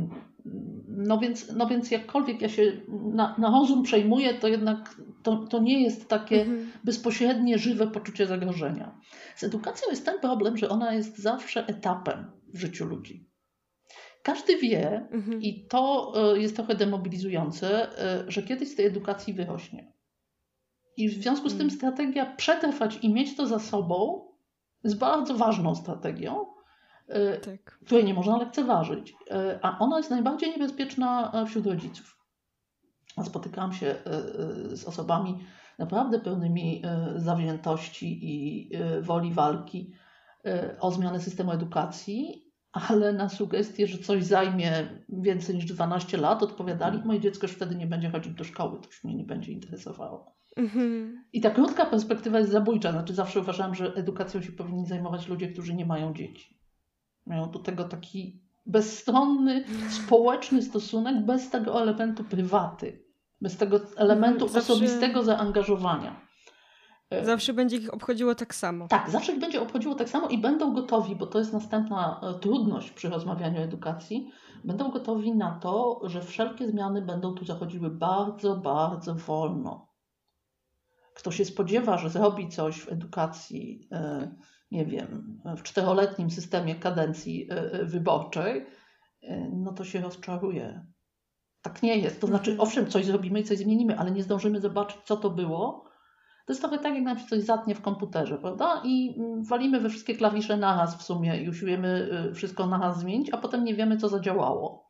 No więc, no więc jakkolwiek ja się na, na rozum przejmuję, to jednak to, to nie jest takie mhm. bezpośrednie, żywe poczucie zagrożenia. Z edukacją jest ten problem, że ona jest zawsze etapem w życiu ludzi. Każdy wie, mhm. i to jest trochę demobilizujące, że kiedyś z tej edukacji wyrośnie. I w związku z tym strategia przetrwać i mieć to za sobą jest bardzo ważną strategią, tak. której nie można lekceważyć. A ona jest najbardziej niebezpieczna wśród rodziców. Spotykałam się z osobami naprawdę pełnymi zawziętości i woli walki o zmianę systemu edukacji, ale na sugestię, że coś zajmie więcej niż dwanaście lat, odpowiadali: moje dziecko już wtedy nie będzie chodzić do szkoły, to już mnie nie będzie interesowało. Mhm. I ta krótka perspektywa jest zabójcza. Znaczy zawsze uważam, że edukacją się powinni zajmować ludzie, którzy nie mają dzieci. Mają do tego taki bezstronny, społeczny stosunek, bez tego elementu prywaty, bez tego elementu zawsze... osobistego zaangażowania. Zawsze będzie ich obchodziło tak samo. Tak, zawsze ich będzie obchodziło tak samo i będą gotowi, bo to jest następna trudność przy rozmawianiu o edukacji, będą gotowi na to, że wszelkie zmiany będą tu zachodziły bardzo, bardzo wolno. Kto się spodziewa, że zrobi coś w edukacji, nie wiem, w czteroletnim systemie kadencji wyborczej, no to się rozczaruje. Tak nie jest. To znaczy, owszem, coś zrobimy i coś zmienimy, ale nie zdążymy zobaczyć, co to było. To jest trochę tak, jak nam się coś zatnie w komputerze, prawda? I walimy we wszystkie klawisze naraz w sumie i usiłujemy wszystko naraz zmienić, a potem nie wiemy, co zadziałało.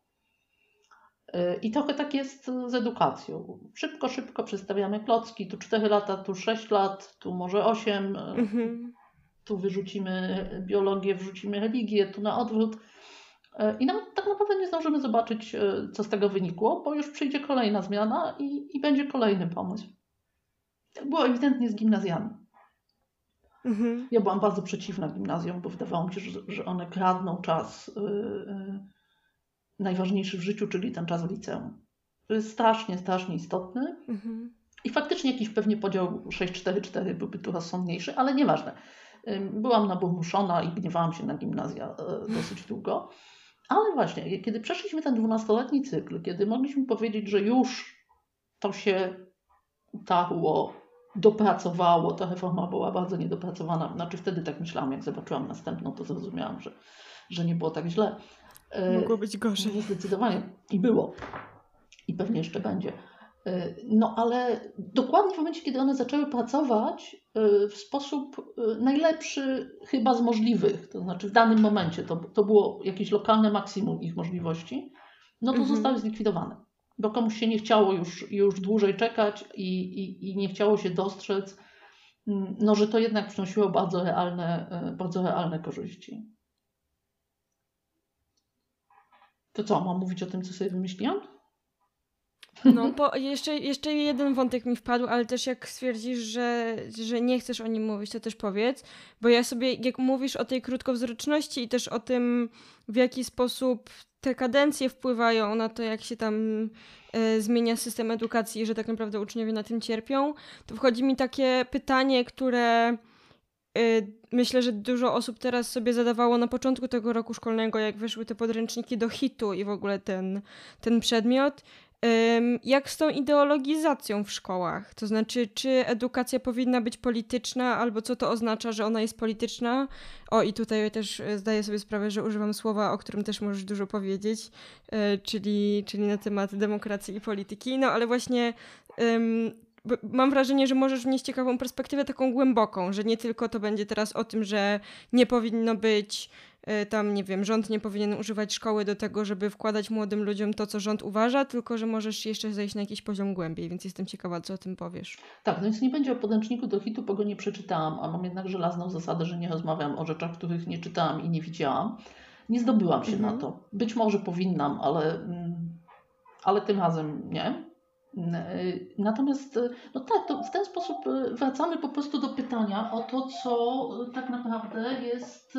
I trochę tak jest z edukacją. Szybko, szybko przestawiamy klocki. Tu cztery lata, tu sześć lat, tu może osiem. Mhm. Tu wyrzucimy biologię, wrzucimy religię, tu na odwrót. I nam tak naprawdę nie zdążymy zobaczyć, co z tego wynikło, bo już przyjdzie kolejna zmiana i, i będzie kolejny pomysł. Tak było ewidentnie z gimnazjami. Mhm. Ja byłam bardzo przeciwna gimnazjom, bo wydawało mi się, że, że one kradną czas yy, najważniejszy w życiu, czyli ten czas w liceum. To jest strasznie, strasznie istotny. Mhm. I faktycznie jakiś pewnie podział sześć cztery cztery byłby tu rozsądniejszy, ale nieważne. Byłam naburmuszona i gniewałam się na gimnazja dosyć długo. Ale właśnie, kiedy przeszliśmy ten dwunastoletni cykl, kiedy mogliśmy powiedzieć, że już to się utarło, dopracowało, ta reforma była bardzo niedopracowana. Znaczy wtedy tak myślałam, jak zobaczyłam następną, to zrozumiałam, że, że nie było tak źle. Mogło być gorzej. Zdecydowanie. I było. I pewnie jeszcze będzie. No ale dokładnie w momencie, kiedy one zaczęły pracować w sposób najlepszy chyba z możliwych, to znaczy w danym momencie, to, to było jakieś lokalne maksimum ich możliwości, no to mhm. zostały zlikwidowane. Bo komuś się nie chciało już, już dłużej czekać i, i, i nie chciało się dostrzec, no, że to jednak przynosiło bardzo realne, bardzo realne korzyści. To co, mam mówić o tym, co sobie wymyśliłam? No, bo jeszcze, jeszcze jeden wątek mi wpadł, ale też jak stwierdzisz, że, że nie chcesz o nim mówić, to też powiedz, bo ja sobie, jak mówisz o tej krótkowzroczności i też o tym, w jaki sposób te kadencje wpływają na to, jak się tam y, zmienia system edukacji i że tak naprawdę uczniowie na tym cierpią, to wchodzi mi takie pytanie, które y, myślę, że dużo osób teraz sobie zadawało na początku tego roku szkolnego, jak wyszły te podręczniki do hitu i w ogóle ten, ten przedmiot. Jak z tą ideologizacją w szkołach? To znaczy, czy edukacja powinna być polityczna, albo co to oznacza, że ona jest polityczna? O, i tutaj też zdaję sobie sprawę, że używam słowa, o którym też możesz dużo powiedzieć, czyli, czyli na temat demokracji i polityki. No, ale właśnie um, mam wrażenie, że możesz wnieść ciekawą perspektywę taką głęboką, że nie tylko to będzie teraz o tym, że nie powinno być tam, nie wiem, rząd nie powinien używać szkoły do tego, żeby wkładać młodym ludziom to, co rząd uważa, tylko że możesz jeszcze zejść na jakiś poziom głębiej, więc jestem ciekawa, co o tym powiesz. Tak, no więc nie będzie o podręczniku do hitu, bo go nie przeczytałam, a mam jednak żelazną zasadę, że nie rozmawiam o rzeczach, których nie czytałam i nie widziałam. Nie zdobyłam się mhm. na to. Być może powinnam, ale, ale tym razem nie. Natomiast no tak, to w ten sposób wracamy po prostu do pytania o to, co tak naprawdę jest,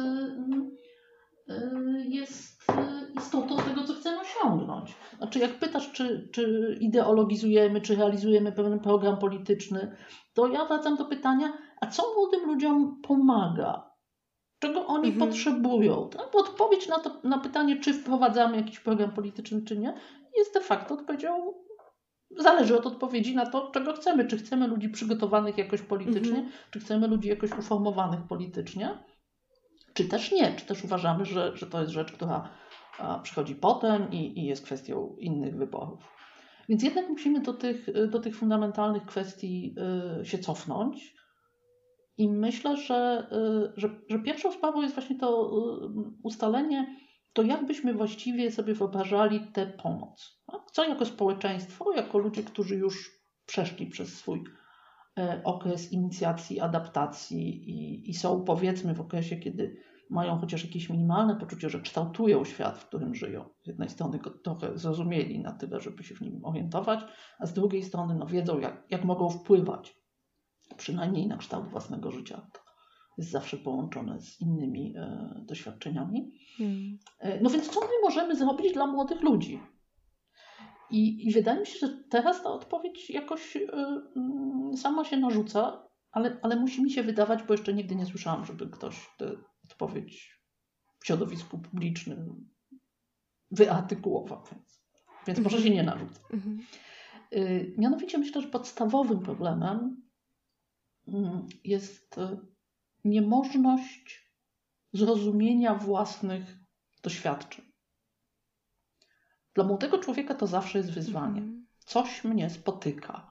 jest istotą tego, co chcemy osiągnąć. Znaczy jak pytasz, czy, czy ideologizujemy, czy realizujemy pewien program polityczny, to ja wracam do pytania, a co młodym ludziom pomaga? Czego oni mhm. potrzebują? Tak? Bo odpowiedź na, to, na pytanie, czy wprowadzamy jakiś program polityczny, czy nie, jest de facto odpowiedzią. Zależy od odpowiedzi na to, czego chcemy. Czy chcemy ludzi przygotowanych jakoś politycznie, mhm. czy chcemy ludzi jakoś uformowanych politycznie, czy też nie. Czy też uważamy, że, że to jest rzecz, która a, przychodzi potem i, i jest kwestią innych wyborów. Więc jednak musimy do tych, do tych fundamentalnych kwestii y, się cofnąć. I myślę, że, y, że, że pierwszą sprawą jest właśnie to y, ustalenie, to jak byśmy właściwie sobie wyobrażali tę pomoc. Tak? Co jako społeczeństwo, jako ludzie, którzy już przeszli przez swój e, okres inicjacji, adaptacji i, i są powiedzmy w okresie, kiedy mają chociaż jakieś minimalne poczucie, że kształtują świat, w którym żyją. Z jednej strony go trochę zrozumieli na tyle, żeby się w nim orientować, a z drugiej strony no, wiedzą, jak, jak mogą wpływać, przynajmniej na kształt własnego życia. Jest zawsze połączone z innymi e, doświadczeniami. Hmm. E, no więc co my możemy zrobić dla młodych ludzi? I, i wydaje mi się, że teraz ta odpowiedź jakoś e, e, sama się narzuca, ale, ale musi mi się wydawać, bo jeszcze nigdy nie słyszałam, żeby ktoś tę odpowiedź w środowisku publicznym wyartykułował. Więc, więc może się nie narzuca. Hmm. E, mianowicie myślę, że podstawowym problemem mm, jest niemożność zrozumienia własnych doświadczeń. Dla młodego człowieka to zawsze jest wyzwanie. Coś mnie spotyka,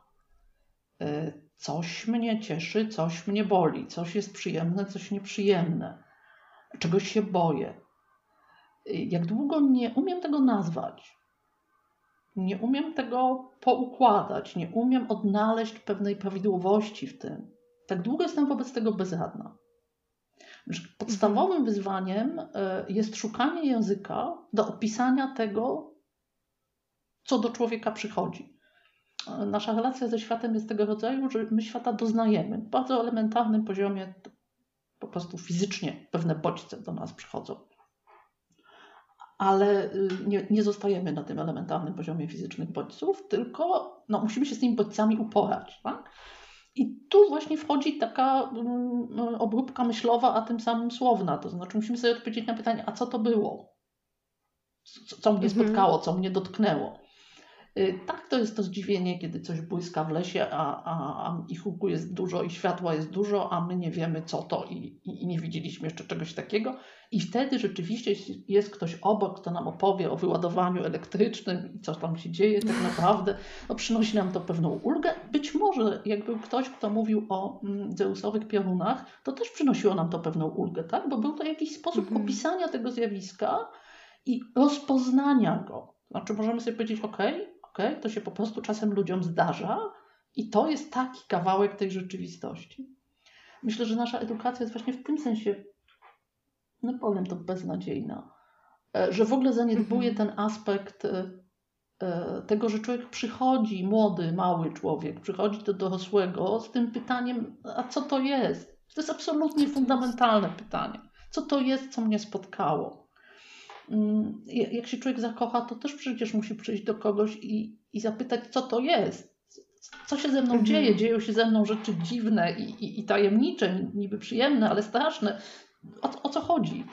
coś mnie cieszy, coś mnie boli, coś jest przyjemne, coś nieprzyjemne, czegoś się boję. Jak długo nie umiem tego nazwać, nie umiem tego poukładać, nie umiem odnaleźć pewnej prawidłowości w tym, tak długo jestem wobec tego bezradna. Podstawowym wyzwaniem jest szukanie języka do opisania tego, co do człowieka przychodzi. Nasza relacja ze światem jest tego rodzaju, że my świata doznajemy. W bardzo elementarnym poziomie, po prostu fizycznie pewne bodźce do nas przychodzą. Ale nie, nie zostajemy na tym elementarnym poziomie fizycznych bodźców, tylko no, musimy się z tymi bodźcami uporać. Tak? I tu właśnie wchodzi taka um, obróbka myślowa, a tym samym słowna. To znaczy musimy sobie odpowiedzieć na pytanie, a co to było? Co, co mnie mhm. spotkało, co mnie dotknęło? Yy, tak, to jest to zdziwienie, kiedy coś błyska w lesie, a, a, a i huku jest dużo i światła jest dużo, a my nie wiemy co to i, i, i nie widzieliśmy jeszcze czegoś takiego. I wtedy rzeczywiście jest ktoś obok, kto nam opowie o wyładowaniu elektrycznym i co tam się dzieje tak naprawdę. No, przynosi nam to pewną ulgę. Być może jak był ktoś, kto mówił o mm, Zeusowych piorunach, to też przynosiło nam to pewną ulgę, tak? Bo był to jakiś sposób mhm. opisania tego zjawiska i rozpoznania go. Znaczy możemy sobie powiedzieć, okej, okay, okej, okay, to się po prostu czasem ludziom zdarza i to jest taki kawałek tej rzeczywistości. Myślę, że nasza edukacja jest właśnie w tym sensie, no powiem to, beznadziejna, że w ogóle zaniedbuje mhm. ten aspekt tego, że człowiek przychodzi, młody, mały człowiek, przychodzi do dorosłego z tym pytaniem, a co to jest? To jest absolutnie fundamentalne pytanie. Co to jest, co mnie spotkało? Jak się człowiek zakocha, to też przecież musi przyjść do kogoś i, i zapytać, co to jest. Co się ze mną mhm. dzieje? Dzieją się ze mną rzeczy dziwne i, i, i tajemnicze, niby przyjemne, ale straszne. O, o co chodzi?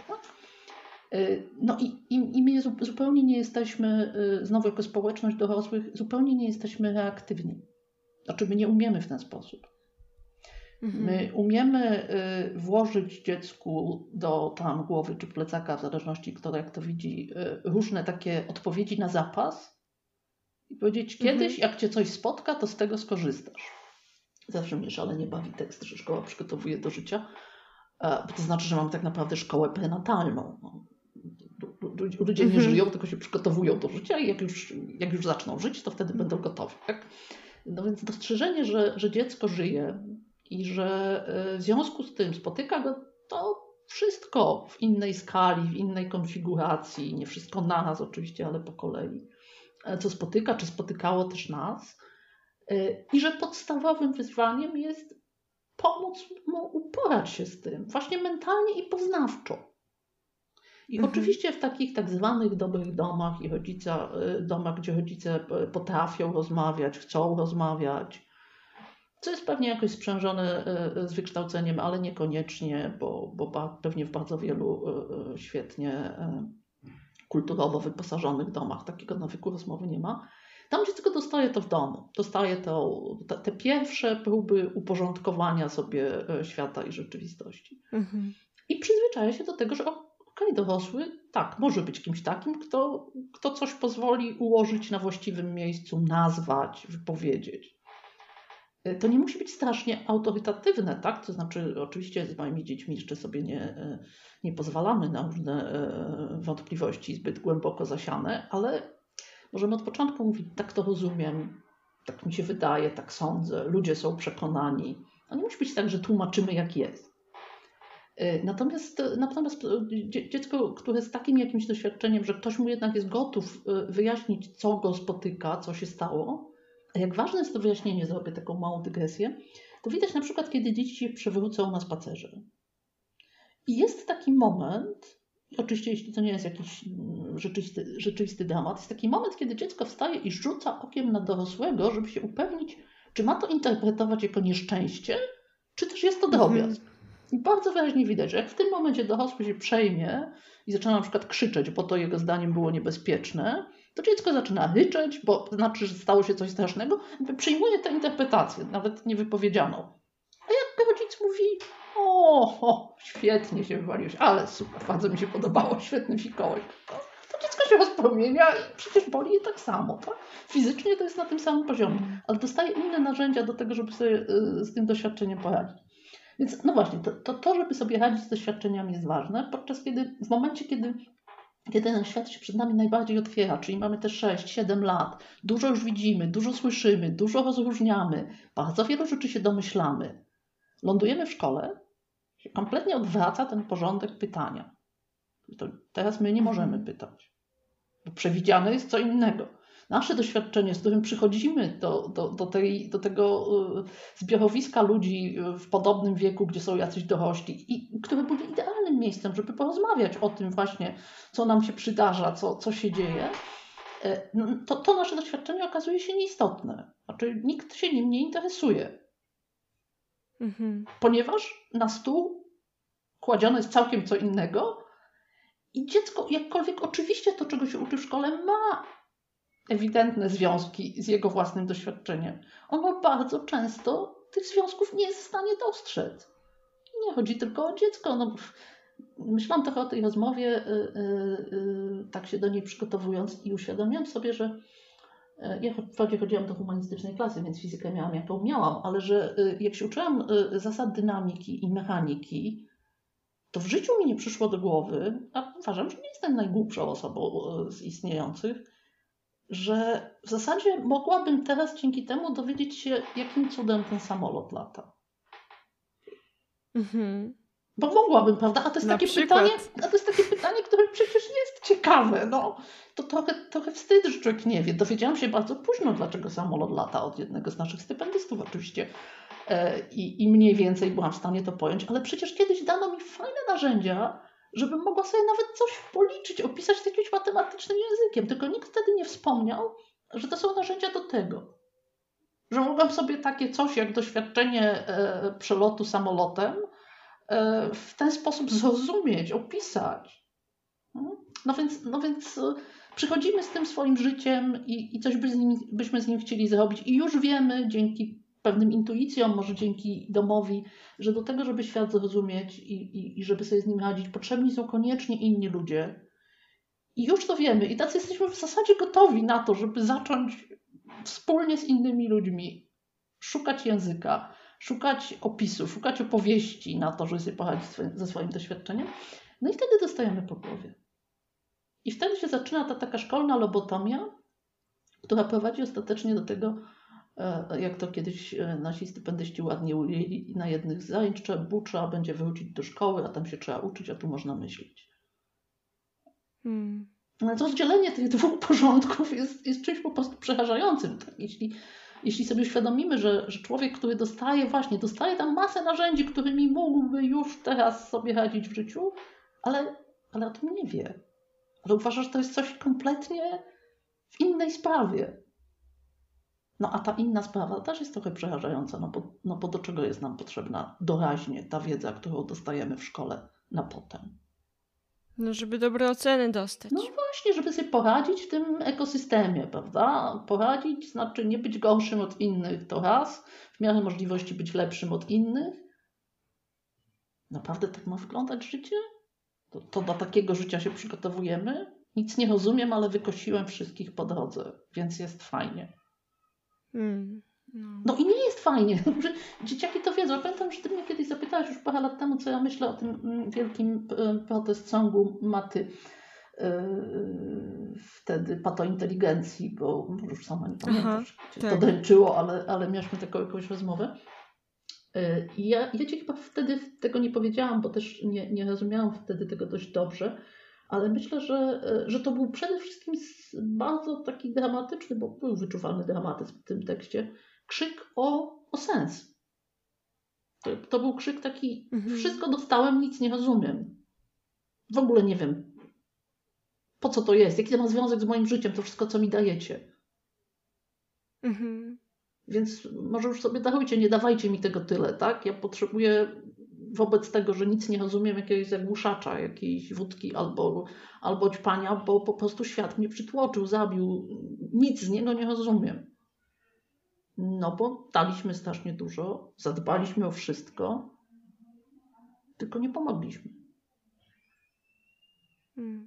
No i, i, i my zupełnie nie jesteśmy, znowu jako społeczność dorosłych, zupełnie nie jesteśmy reaktywni. Znaczy my nie umiemy w ten sposób. Mhm. My umiemy włożyć dziecku do tam głowy czy plecaka, w zależności kto jak to widzi, różne takie odpowiedzi na zapas i powiedzieć, kiedyś mhm. jak cię coś spotka, to z tego skorzystasz. Zawsze mnie szalenie bawi tekst, że szkoła przygotowuje do życia, bo to znaczy, że mamy tak naprawdę szkołę prenatalną. Ludzie nie żyją, tylko się przygotowują do życia i jak już, jak już zaczną żyć, to wtedy będą gotowi. Tak? No więc dostrzeżenie, że, że dziecko żyje i że w związku z tym spotyka go to wszystko w innej skali, w innej konfiguracji, nie wszystko naraz oczywiście, ale po kolei, co spotyka, czy spotykało też nas, I że podstawowym wyzwaniem jest pomóc mu uporać się z tym, właśnie mentalnie i poznawczo. I mhm. oczywiście w takich tak zwanych dobrych domach i rodzica, domach, gdzie rodzice potrafią rozmawiać, chcą rozmawiać, co jest pewnie jakoś sprzężone z wykształceniem, ale niekoniecznie, bo, bo pewnie w bardzo wielu świetnie kulturowo wyposażonych domach takiego nawyku rozmowy nie ma. Tam dziecko dostaje to w domu, dostaje to, te, te pierwsze próby uporządkowania sobie świata i rzeczywistości. Mhm. I przyzwyczaja się do tego, że okej, okay, dorosły, tak, może być kimś takim, kto, kto coś pozwoli ułożyć na właściwym miejscu, nazwać, wypowiedzieć. To nie musi być strasznie autorytatywne, tak? To znaczy, oczywiście z moimi dziećmi jeszcze sobie nie, nie pozwalamy na różne wątpliwości zbyt głęboko zasiane, ale możemy od początku mówić, tak to rozumiem, tak mi się wydaje, tak sądzę, ludzie są przekonani. A nie musi być tak, że tłumaczymy, jak jest. Natomiast, natomiast dziecko, które z takim jakimś doświadczeniem, że ktoś mu jednak jest gotów wyjaśnić, co go spotyka, co się stało, a jak ważne jest to wyjaśnienie, zrobię taką małą dygresję, to widać na przykład, kiedy dzieci się przewrócą na spacerze. I jest taki moment, oczywiście jeśli to nie jest jakiś rzeczywisty, rzeczywisty dramat, jest taki moment, kiedy dziecko wstaje i rzuca okiem na dorosłego, żeby się upewnić, czy ma to interpretować jako nieszczęście, czy też jest to drobiazg. Mhm. I bardzo wyraźnie widać, że jak w tym momencie dorosły się przejmie i zaczyna na przykład krzyczeć, bo to jego zdaniem było niebezpieczne, to dziecko zaczyna ryczeć, bo znaczy, że stało się coś strasznego, przyjmuje tę interpretację, nawet niewypowiedzianą. A jak rodzic mówi, o, o świetnie się wywaliłeś, ale super, bardzo mi się podobało, świetny fikołek, to, to dziecko się rozpromienia i przecież boli je tak samo. Tak? Fizycznie to jest na tym samym poziomie, ale dostaje inne narzędzia do tego, żeby sobie z tym doświadczeniem poradzić. Więc no właśnie, to, to, to żeby sobie radzić z doświadczeniami jest ważne, podczas kiedy w momencie, kiedy Kiedy ten świat się przed nami najbardziej otwiera, czyli mamy te sześć siedem lat, dużo już widzimy, dużo słyszymy, dużo rozróżniamy, bardzo wielu rzeczy się domyślamy. Lądujemy w szkole, się kompletnie odwraca ten porządek pytania. To teraz my nie możemy pytać, bo przewidziane jest co innego. Nasze doświadczenie, z którym przychodzimy do, do, do, tej, do tego zbiorowiska ludzi w podobnym wieku, gdzie są jacyś dorośli i które byli idealnym miejscem, żeby porozmawiać o tym właśnie, co nam się przydarza, co, co się dzieje, to, to nasze doświadczenie okazuje się nieistotne. Znaczy nikt się nim nie interesuje. Mhm. Ponieważ na stół kładzione jest całkiem co innego i dziecko, jakkolwiek oczywiście to, czego się uczy w szkole, ma ewidentne związki z jego własnym doświadczeniem. Ono bardzo często tych związków nie jest w stanie dostrzec. I nie chodzi tylko o dziecko. No, myślałam trochę o tej rozmowie, yy, yy, tak się do niej przygotowując i uświadomiłam sobie, że yy, ja wprawdzie chodziłam do humanistycznej klasy, więc fizykę miałam jaką miałam, ale że yy, jak się uczyłam yy, zasad dynamiki i mechaniki, to w życiu mi nie przyszło do głowy, a uważam, że nie jestem najgłupszą osobą yy, z istniejących, że w zasadzie mogłabym teraz dzięki temu dowiedzieć się, jakim cudem ten samolot lata. Mhm. Bo mogłabym, prawda? A to jest takie pytanie, a to jest takie pytanie, które przecież jest ciekawe. No, to trochę, trochę wstyd, że człowiek nie wie. Dowiedziałam się bardzo późno, dlaczego samolot lata, od jednego z naszych stypendystów oczywiście. I, i mniej więcej byłam w stanie to pojąć, ale przecież kiedyś dano mi fajne narzędzia, żebym mogła sobie nawet coś policzyć, opisać z jakimś matematycznym językiem. Tylko nikt wtedy nie wspomniał, że to są narzędzia do tego. Że mogłam sobie takie coś jak doświadczenie e, przelotu samolotem e, w ten sposób zrozumieć, opisać. No więc, no więc przychodzimy z tym swoim życiem i, i coś by z nim, byśmy z nim chcieli zrobić i już wiemy dzięki pewnym intuicjom, może dzięki domowi, że do tego, żeby świat zrozumieć i, i, i żeby sobie z nim radzić, potrzebni są koniecznie inni ludzie. I już to wiemy. I tacy jesteśmy w zasadzie gotowi na to, żeby zacząć wspólnie z innymi ludźmi szukać języka, szukać opisu, szukać opowieści na to, żeby sobie poradzić ze swoim doświadczeniem. No i wtedy dostajemy po głowie. I wtedy się zaczyna ta taka szkolna lobotomia, która prowadzi ostatecznie do tego, jak to kiedyś nasi stypendyści ładnie ujęli, na jednych z zajęć trzeba, bu, trzeba będzie wrócić do szkoły, a tam się trzeba uczyć, a tu można myśleć. Hmm. No to rozdzielenie tych dwóch porządków jest, jest czymś po prostu przerażającym. Tak? Jeśli, jeśli sobie uświadomimy, że, że człowiek, który dostaje właśnie, dostaje tam masę narzędzi, którymi mógłby już teraz sobie radzić w życiu, ale, ale o tym nie wie. Ale uważa, że to jest coś kompletnie w innej sprawie. No a ta inna sprawa też jest trochę przerażająca, no bo, no bo do czego jest nam potrzebna doraźnie ta wiedza, którą dostajemy w szkole na potem? No, żeby dobre oceny dostać. No właśnie, żeby sobie poradzić w tym ekosystemie, prawda? Poradzić znaczy nie być gorszym od innych, to raz, w miarę możliwości być lepszym od innych. Naprawdę tak ma wyglądać życie? To, to do takiego życia się przygotowujemy? Nic nie rozumiem, ale wykosiłem wszystkich po drodze, więc jest fajnie. Hmm. No. no i nie jest fajnie. Dzieciaki to wiedzą. Ja pamiętam, że ty mnie kiedyś zapytałeś już parę lat temu, co ja myślę o tym wielkim protest songu Maty. Wtedy patointeligencji, bo już sama nie pamiętasz, Aha, tak. to dręczyło, ale, ale mieliśmy taką jakąś rozmowę. I ja, ja ci chyba wtedy tego nie powiedziałam, bo też nie, nie rozumiałam wtedy tego dość dobrze, ale myślę, że, że to był przede wszystkim bardzo taki dramatyczny, bo był wyczuwalny dramatyzm w tym tekście, krzyk o, o sens. To, to był krzyk taki, mhm. wszystko dostałem, nic nie rozumiem. W ogóle nie wiem, po co to jest, jaki to ma związek z moim życiem, to wszystko, co mi dajecie. Mhm. Więc może już sobie darujcie, nie dawajcie mi tego tyle, tak? Ja potrzebuję wobec tego, że nic nie rozumiem, jakiegoś zagłuszacza, jakiejś wódki albo, albo ćpania, bo po prostu świat mnie przytłoczył, zabił. Nic z niego nie rozumiem. No bo daliśmy strasznie dużo, zadbaliśmy o wszystko, tylko nie pomogliśmy. Hmm.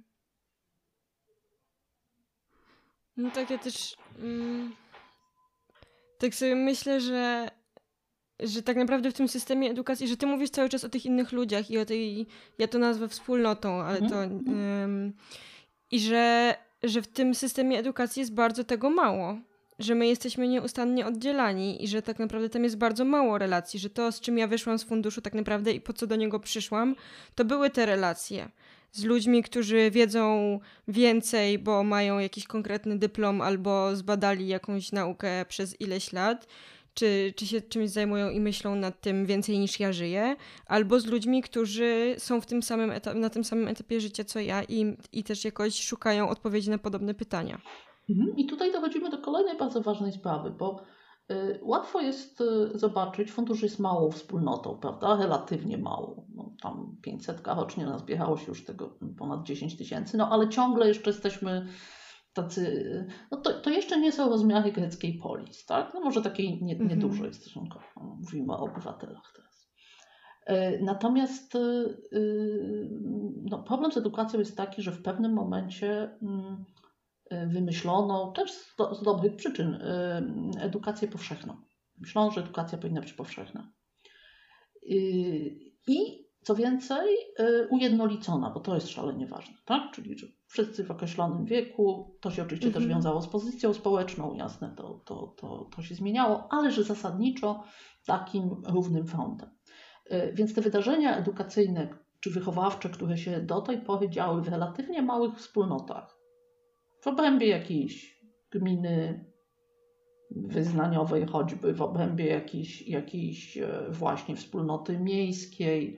No tak, ja też mm, tak sobie myślę, że że tak naprawdę w tym systemie edukacji, że ty mówisz cały czas o tych innych ludziach i o tej, ja to nazwę wspólnotą, ale to um, i że, że w tym systemie edukacji jest bardzo tego mało, że my jesteśmy nieustannie oddzielani i że tak naprawdę tam jest bardzo mało relacji, że to, z czym ja wyszłam z funduszu tak naprawdę i po co do niego przyszłam, to były te relacje z ludźmi, którzy wiedzą więcej, bo mają jakiś konkretny dyplom albo zbadali jakąś naukę przez ileś lat, czy, czy się czymś zajmują i myślą nad tym więcej niż ja żyję, albo z ludźmi, którzy są w tym samym etap, na tym samym etapie życia co ja i, i też jakoś szukają odpowiedzi na podobne pytania. Mhm. I tutaj dochodzimy do kolejnej bardzo ważnej sprawy, bo y, łatwo jest y, zobaczyć, fundusz jest małą wspólnotą, prawda? Relatywnie małą. No, tam pięćset rocznie nazbierało się już tego ponad dziesięć tysięcy, no ale ciągle jeszcze jesteśmy tacy, no to, to jeszcze nie są rozmiary greckiej polis, tak? No może takiej nie, niedużej mm-hmm. stosunkowo. Mówimy o obywatelach teraz. Natomiast no, problem z edukacją jest taki, że w pewnym momencie wymyślono, też z, do, z dobrych przyczyn, edukację powszechną. Myślono, że edukacja powinna być powszechna. I co więcej, ujednolicona, bo to jest szalenie ważne, tak? Czyli że wszyscy w określonym wieku, to się oczywiście mhm. też wiązało z pozycją społeczną, jasne, to, to, to, to się zmieniało, ale że zasadniczo takim równym frontem. Więc te wydarzenia edukacyjne czy wychowawcze, które się do tej pory działy w relatywnie małych wspólnotach, w obrębie jakiejś gminy wyznaniowej choćby, w obrębie jakiejś, jakiejś właśnie wspólnoty miejskiej,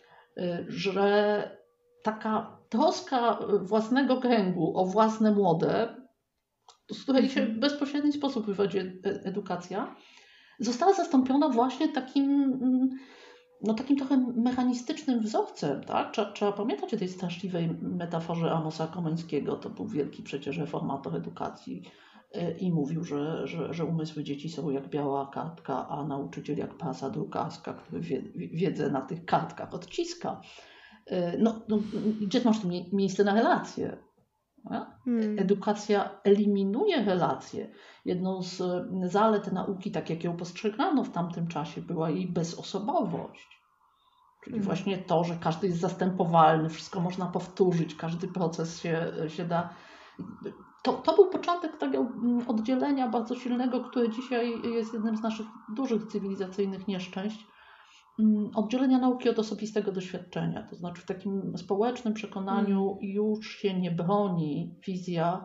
że taka troska własnego kręgu o własne młode, z której się w bezpośredni sposób wywodzi edukacja, została zastąpiona właśnie takim, no takim trochę mechanistycznym wzorcem. Tak? Trzeba, trzeba pamiętać o tej straszliwej metaforze Amosa Komeńskiego. To był wielki przecież reformator edukacji i mówił, że, że, że umysły dzieci są jak biała kartka, a nauczyciel jak prasa drukarska, który wie, wiedzę na tych kartkach odciska. No, no, gdzie masz tu miejsce na relacje? Hmm. Edukacja eliminuje relacje. Jedną z zalet nauki, tak jak ją postrzegano w tamtym czasie, była jej bezosobowość. Czyli hmm. właśnie to, że każdy jest zastępowalny, wszystko można powtórzyć, każdy proces się, się da... To, to był początek tego oddzielenia bardzo silnego, które dzisiaj jest jednym z naszych dużych cywilizacyjnych nieszczęść. Oddzielenia nauki od osobistego doświadczenia. To znaczy w takim społecznym przekonaniu hmm. już się nie broni wizja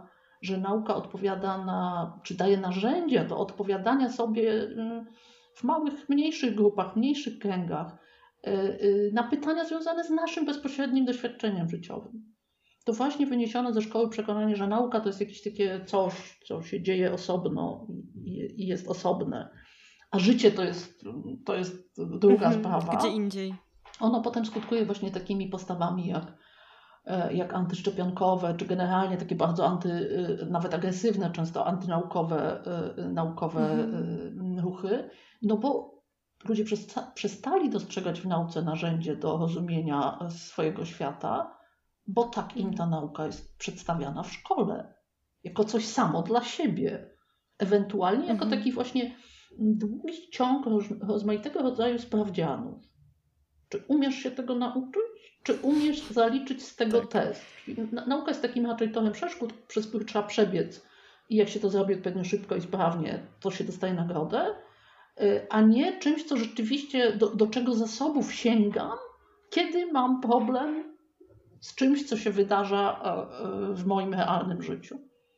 że nauka odpowiada na, czy daje narzędzia do odpowiadania sobie w małych, mniejszych grupach, mniejszych kręgach na pytania związane z naszym bezpośrednim doświadczeniem życiowym. To właśnie wyniesiono ze szkoły przekonanie, że nauka to jest jakieś takie coś, co się dzieje osobno i jest osobne, a życie to jest, to jest druga mhm, sprawa. Gdzie indziej. Ono potem skutkuje właśnie takimi postawami jak, jak antyszczepionkowe, czy generalnie takie bardzo anty, nawet agresywne, często antynaukowe naukowe mhm. ruchy, no bo ludzie przestali dostrzegać w nauce narzędzie do rozumienia swojego świata, bo tak im ta nauka jest przedstawiana w szkole, jako coś samo dla siebie, ewentualnie jako mhm. taki właśnie długi ciąg rozmaitego rodzaju sprawdzianów. Czy umiesz się tego nauczyć? Czy umiesz zaliczyć z tego tak. test? Nauka jest takim raczej torem przeszkód, przez który trzeba przebiec i jak się to zrobi odpowiednio szybko i sprawnie, to się dostaje nagrodę, a nie czymś, co rzeczywiście, do, do czego zasobów sięgam, kiedy mam problem z czymś, co się wydarza w moim realnym życiu.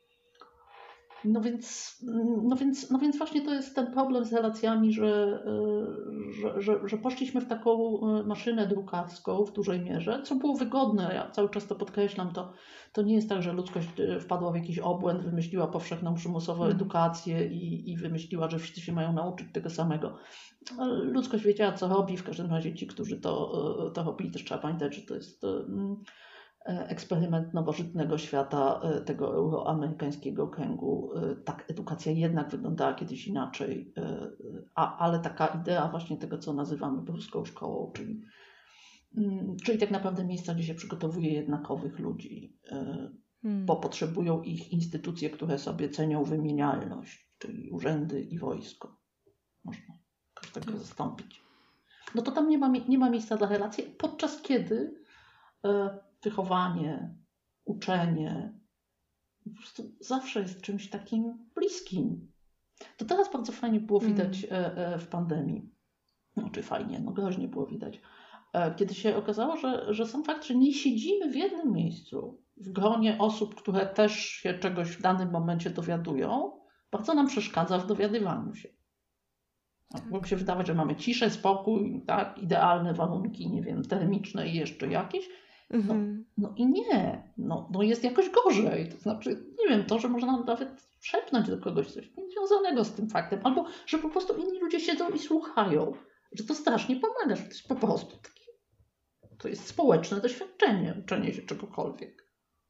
No więc, no więc, no więc właśnie to jest ten problem z relacjami, że, że, że, że poszliśmy w taką maszynę drukarską w dużej mierze, co było wygodne. Ja cały czas to podkreślam, to, to nie jest tak, że ludzkość wpadła w jakiś obłęd, wymyśliła powszechną przymusową edukację i, i wymyśliła, że wszyscy się mają nauczyć tego samego. Ludzkość wiedziała, co robi, w każdym razie ci, którzy to, to robili, też trzeba pamiętać, że to jest eksperyment nowożytnego świata, tego euroamerykańskiego kręgu. Tak edukacja jednak wyglądała kiedyś inaczej, a, ale taka idea właśnie tego, co nazywamy polską szkołą, czyli, czyli tak naprawdę miejsca, gdzie się przygotowuje jednakowych ludzi, hmm. bo potrzebują ich instytucje, które sobie cenią wymienialność, czyli urzędy i wojsko. Można każdego hmm. zastąpić. No to tam nie ma, nie ma miejsca dla relacji, podczas kiedy wychowanie, uczenie po prostu zawsze jest czymś takim bliskim. To teraz bardzo fajnie było widać mm. w pandemii. No czy fajnie, no groźnie było widać. Kiedy się okazało, że, że sam fakt, że nie siedzimy w jednym miejscu, w gronie osób, które też się czegoś w danym momencie dowiadują, bardzo nam przeszkadza w dowiadywaniu się. Tak. Mogło się wydawać, że mamy ciszę, spokój, tak, idealne warunki, nie wiem, termiczne i jeszcze jakieś. No, no i nie, no, no jest jakoś gorzej. To znaczy, nie wiem, to, że można nawet szepnąć do kogoś coś niezwiązanego z tym faktem, albo że po prostu inni ludzie siedzą i słuchają, że to strasznie pomaga, że to jest po prostu takie, to jest społeczne doświadczenie, uczenie się czegokolwiek.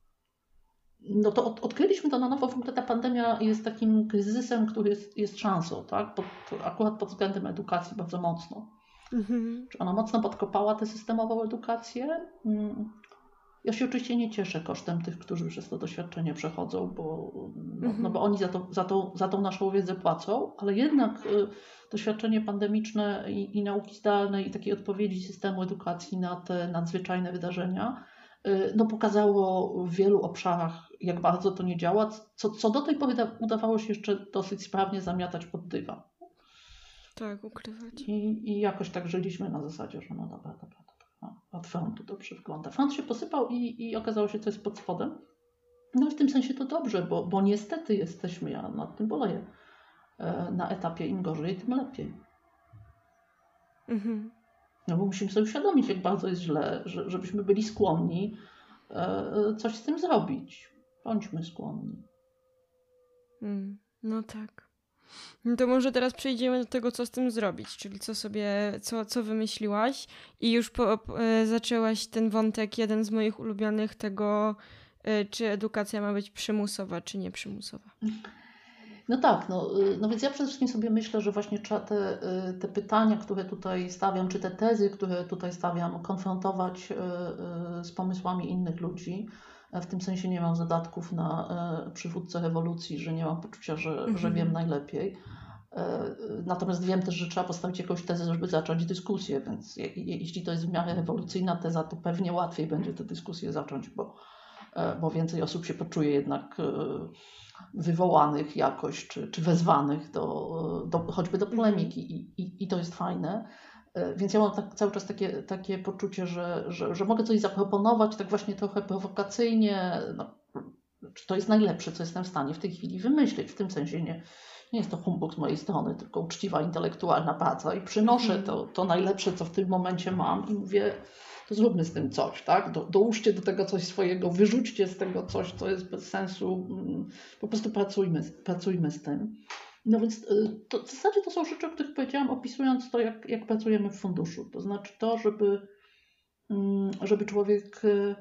No to od, odkryliśmy to na nowo, w ogóle ta pandemia jest takim kryzysem, który jest, jest szansą, tak? Pod, akurat pod względem edukacji bardzo mocno. Mhm. Czy ona mocno podkopała tę systemową edukację? Ja się oczywiście nie cieszę kosztem tych, którzy przez to doświadczenie przechodzą, bo, no, mhm. no bo oni za, to, za, tą, za tą naszą wiedzę płacą, ale jednak y, doświadczenie pandemiczne i, i nauki zdalnej i takiej odpowiedzi systemu edukacji na te nadzwyczajne wydarzenia y, no, pokazało w wielu obszarach, jak bardzo to nie działa, co, co do tej pory da, udawało się jeszcze dosyć sprawnie zamiatać pod dywan. Tak, ukrywać. I, I jakoś tak żyliśmy na zasadzie, że no dobra, dobra, dobra. No, od frontu dobrze wygląda. Front się posypał i, i okazało się, co jest pod spodem. No i w tym sensie to dobrze, bo, bo niestety jesteśmy, ja nad tym boleję, na etapie im gorzej, tym lepiej. Mhm. No bo musimy sobie uświadomić, jak bardzo jest źle, że, żebyśmy byli skłonni coś z tym zrobić. Bądźmy skłonni. Mm, no tak. No to może teraz przejdziemy do tego, co z tym zrobić, czyli co sobie, co, co wymyśliłaś i już po, po, zaczęłaś ten wątek, jeden z moich ulubionych, tego, czy edukacja ma być przymusowa, czy nieprzymusowa. No tak, no, no więc ja przede wszystkim sobie myślę, że właśnie trzeba te, te pytania, które tutaj stawiam, czy te tezy, które tutaj stawiam, konfrontować z pomysłami innych ludzi. W tym sensie nie mam zadatków na przywódcę rewolucji, że nie mam poczucia, że, mhm. że wiem najlepiej. Natomiast wiem też, że trzeba postawić jakąś tezę, żeby zacząć dyskusję, więc je, jeśli to jest w miarę rewolucyjna teza, to pewnie łatwiej będzie tę dyskusję zacząć, bo, bo więcej osób się poczuje jednak wywołanych jakoś, czy, czy wezwanych do, do, choćby do polemiki i, i, i to jest fajne. Więc ja mam tak, cały czas takie, takie poczucie, że, że, że mogę coś zaproponować tak właśnie trochę prowokacyjnie, no, czy to jest najlepsze, co jestem w stanie w tej chwili wymyślić. W tym sensie nie, nie jest to humbug z mojej strony, tylko uczciwa, intelektualna praca i przynoszę to, to najlepsze, co w tym momencie mam i mówię, to zróbmy z tym coś, tak? Do, dołóżcie do tego coś swojego, wyrzućcie z tego coś, co jest bez sensu, po prostu pracujmy, pracujmy z tym. No więc to, w zasadzie to są rzeczy, o których powiedziałam, opisując to, jak, jak pracujemy w funduszu. To znaczy to, żeby, żeby człowiek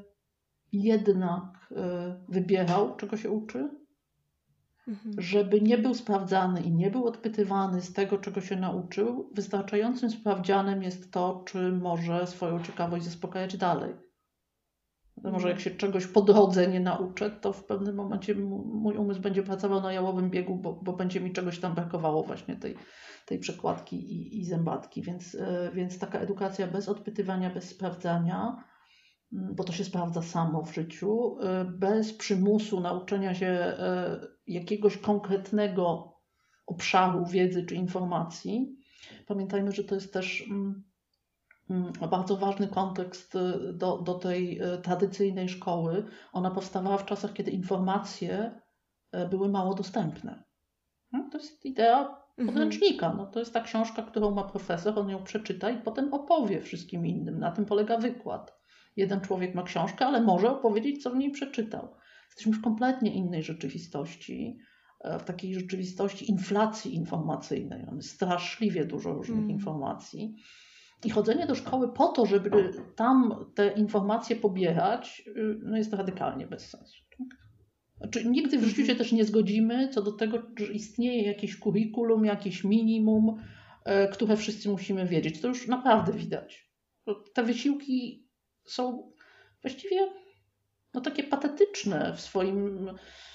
jednak wybierał, czego się uczy, mhm. żeby nie był sprawdzany i nie był odpytywany z tego, czego się nauczył. Wystarczającym sprawdzianem jest to, czy może swoją ciekawość zaspokajać dalej. Może jak się czegoś po drodze nie nauczę, to w pewnym momencie mój umysł będzie pracował na jałowym biegu, bo, bo będzie mi czegoś tam brakowało, właśnie tej, tej przekładki i, i zębatki. Więc, więc taka edukacja bez odpytywania, bez sprawdzania, bo to się sprawdza samo w życiu, bez przymusu nauczenia się jakiegoś konkretnego obszaru wiedzy czy informacji. Pamiętajmy, że to jest też bardzo ważny kontekst do, do tej tradycyjnej szkoły. Ona powstawała w czasach, kiedy informacje były mało dostępne. To jest idea podręcznika. No, to jest ta książka, którą ma profesor, on ją przeczyta i potem opowie wszystkim innym. Na tym polega wykład. Jeden człowiek ma książkę, ale może opowiedzieć, co w niej przeczytał. Jesteśmy w kompletnie innej rzeczywistości, w takiej rzeczywistości inflacji informacyjnej. Mamy straszliwie dużo różnych mm. informacji. I chodzenie do szkoły po to, żeby tam te informacje pobierać, no jest radykalnie bez sensu. Znaczy, nigdy w życiu się też nie zgodzimy co do tego, że istnieje jakieś kurikulum, jakieś minimum, które wszyscy musimy wiedzieć. To już naprawdę widać. Te wysiłki są właściwie no, takie patetyczne w swoim,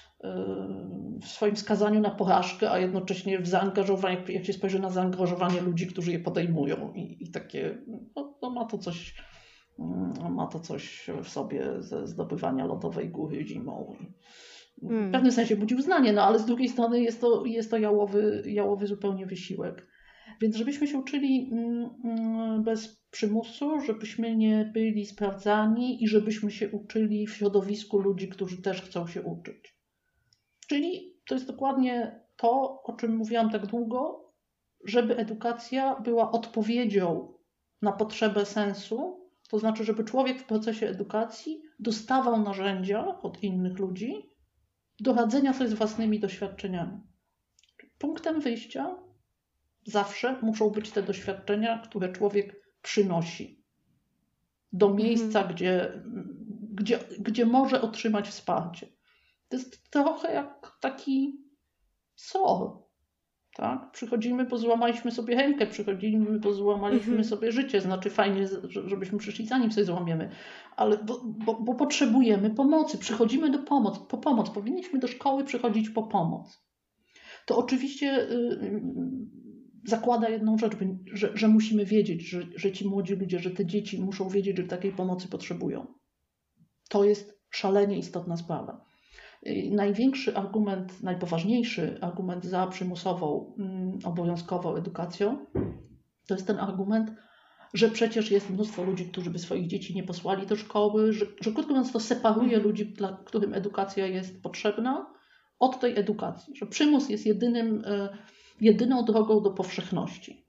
w swoim skazaniu na porażkę, a jednocześnie w zaangażowaniu, jak się spojrzy na zaangażowanie ludzi, którzy je podejmują i, i takie, no, no ma to coś, ma to coś w sobie ze zdobywania lodowej góry zimą. W pewnym sensie budzi uznanie, no ale z drugiej strony jest to, jest to jałowy, jałowy zupełnie wysiłek. Więc żebyśmy się uczyli bez przymusu, żebyśmy nie byli sprawdzani i żebyśmy się uczyli w środowisku ludzi, którzy też chcą się uczyć. Czyli to jest dokładnie to, o czym mówiłam tak długo, żeby edukacja była odpowiedzią na potrzebę sensu, to znaczy, żeby człowiek w procesie edukacji dostawał narzędzia od innych ludzi do radzenia sobie z własnymi doświadczeniami. Punktem wyjścia zawsze muszą być te doświadczenia, które człowiek przynosi do miejsca, mhm. gdzie, gdzie, gdzie może otrzymać wsparcie. To jest trochę jak taki S O R. Tak? Przychodzimy, bo złamaliśmy sobie rękę, przychodzimy, bo złamaliśmy mhm. sobie życie. Znaczy fajnie, żebyśmy przyszli, zanim sobie złamiemy, ale bo, bo, bo potrzebujemy pomocy. Przychodzimy do pomoc, po pomoc. Powinniśmy do szkoły przychodzić po pomoc. To oczywiście yy, zakłada jedną rzecz, że, że musimy wiedzieć, że, że ci młodzi ludzie, że te dzieci muszą wiedzieć, że takiej pomocy potrzebują. To jest szalenie istotna sprawa. Największy argument, najpoważniejszy argument za przymusową, obowiązkową edukacją to jest ten argument, że przecież jest mnóstwo ludzi, którzy by swoich dzieci nie posłali do szkoły, że, że krótko mówiąc to separuje ludzi, dla którym edukacja jest potrzebna, od tej edukacji, że przymus jest jedynym, jedyną drogą do powszechności.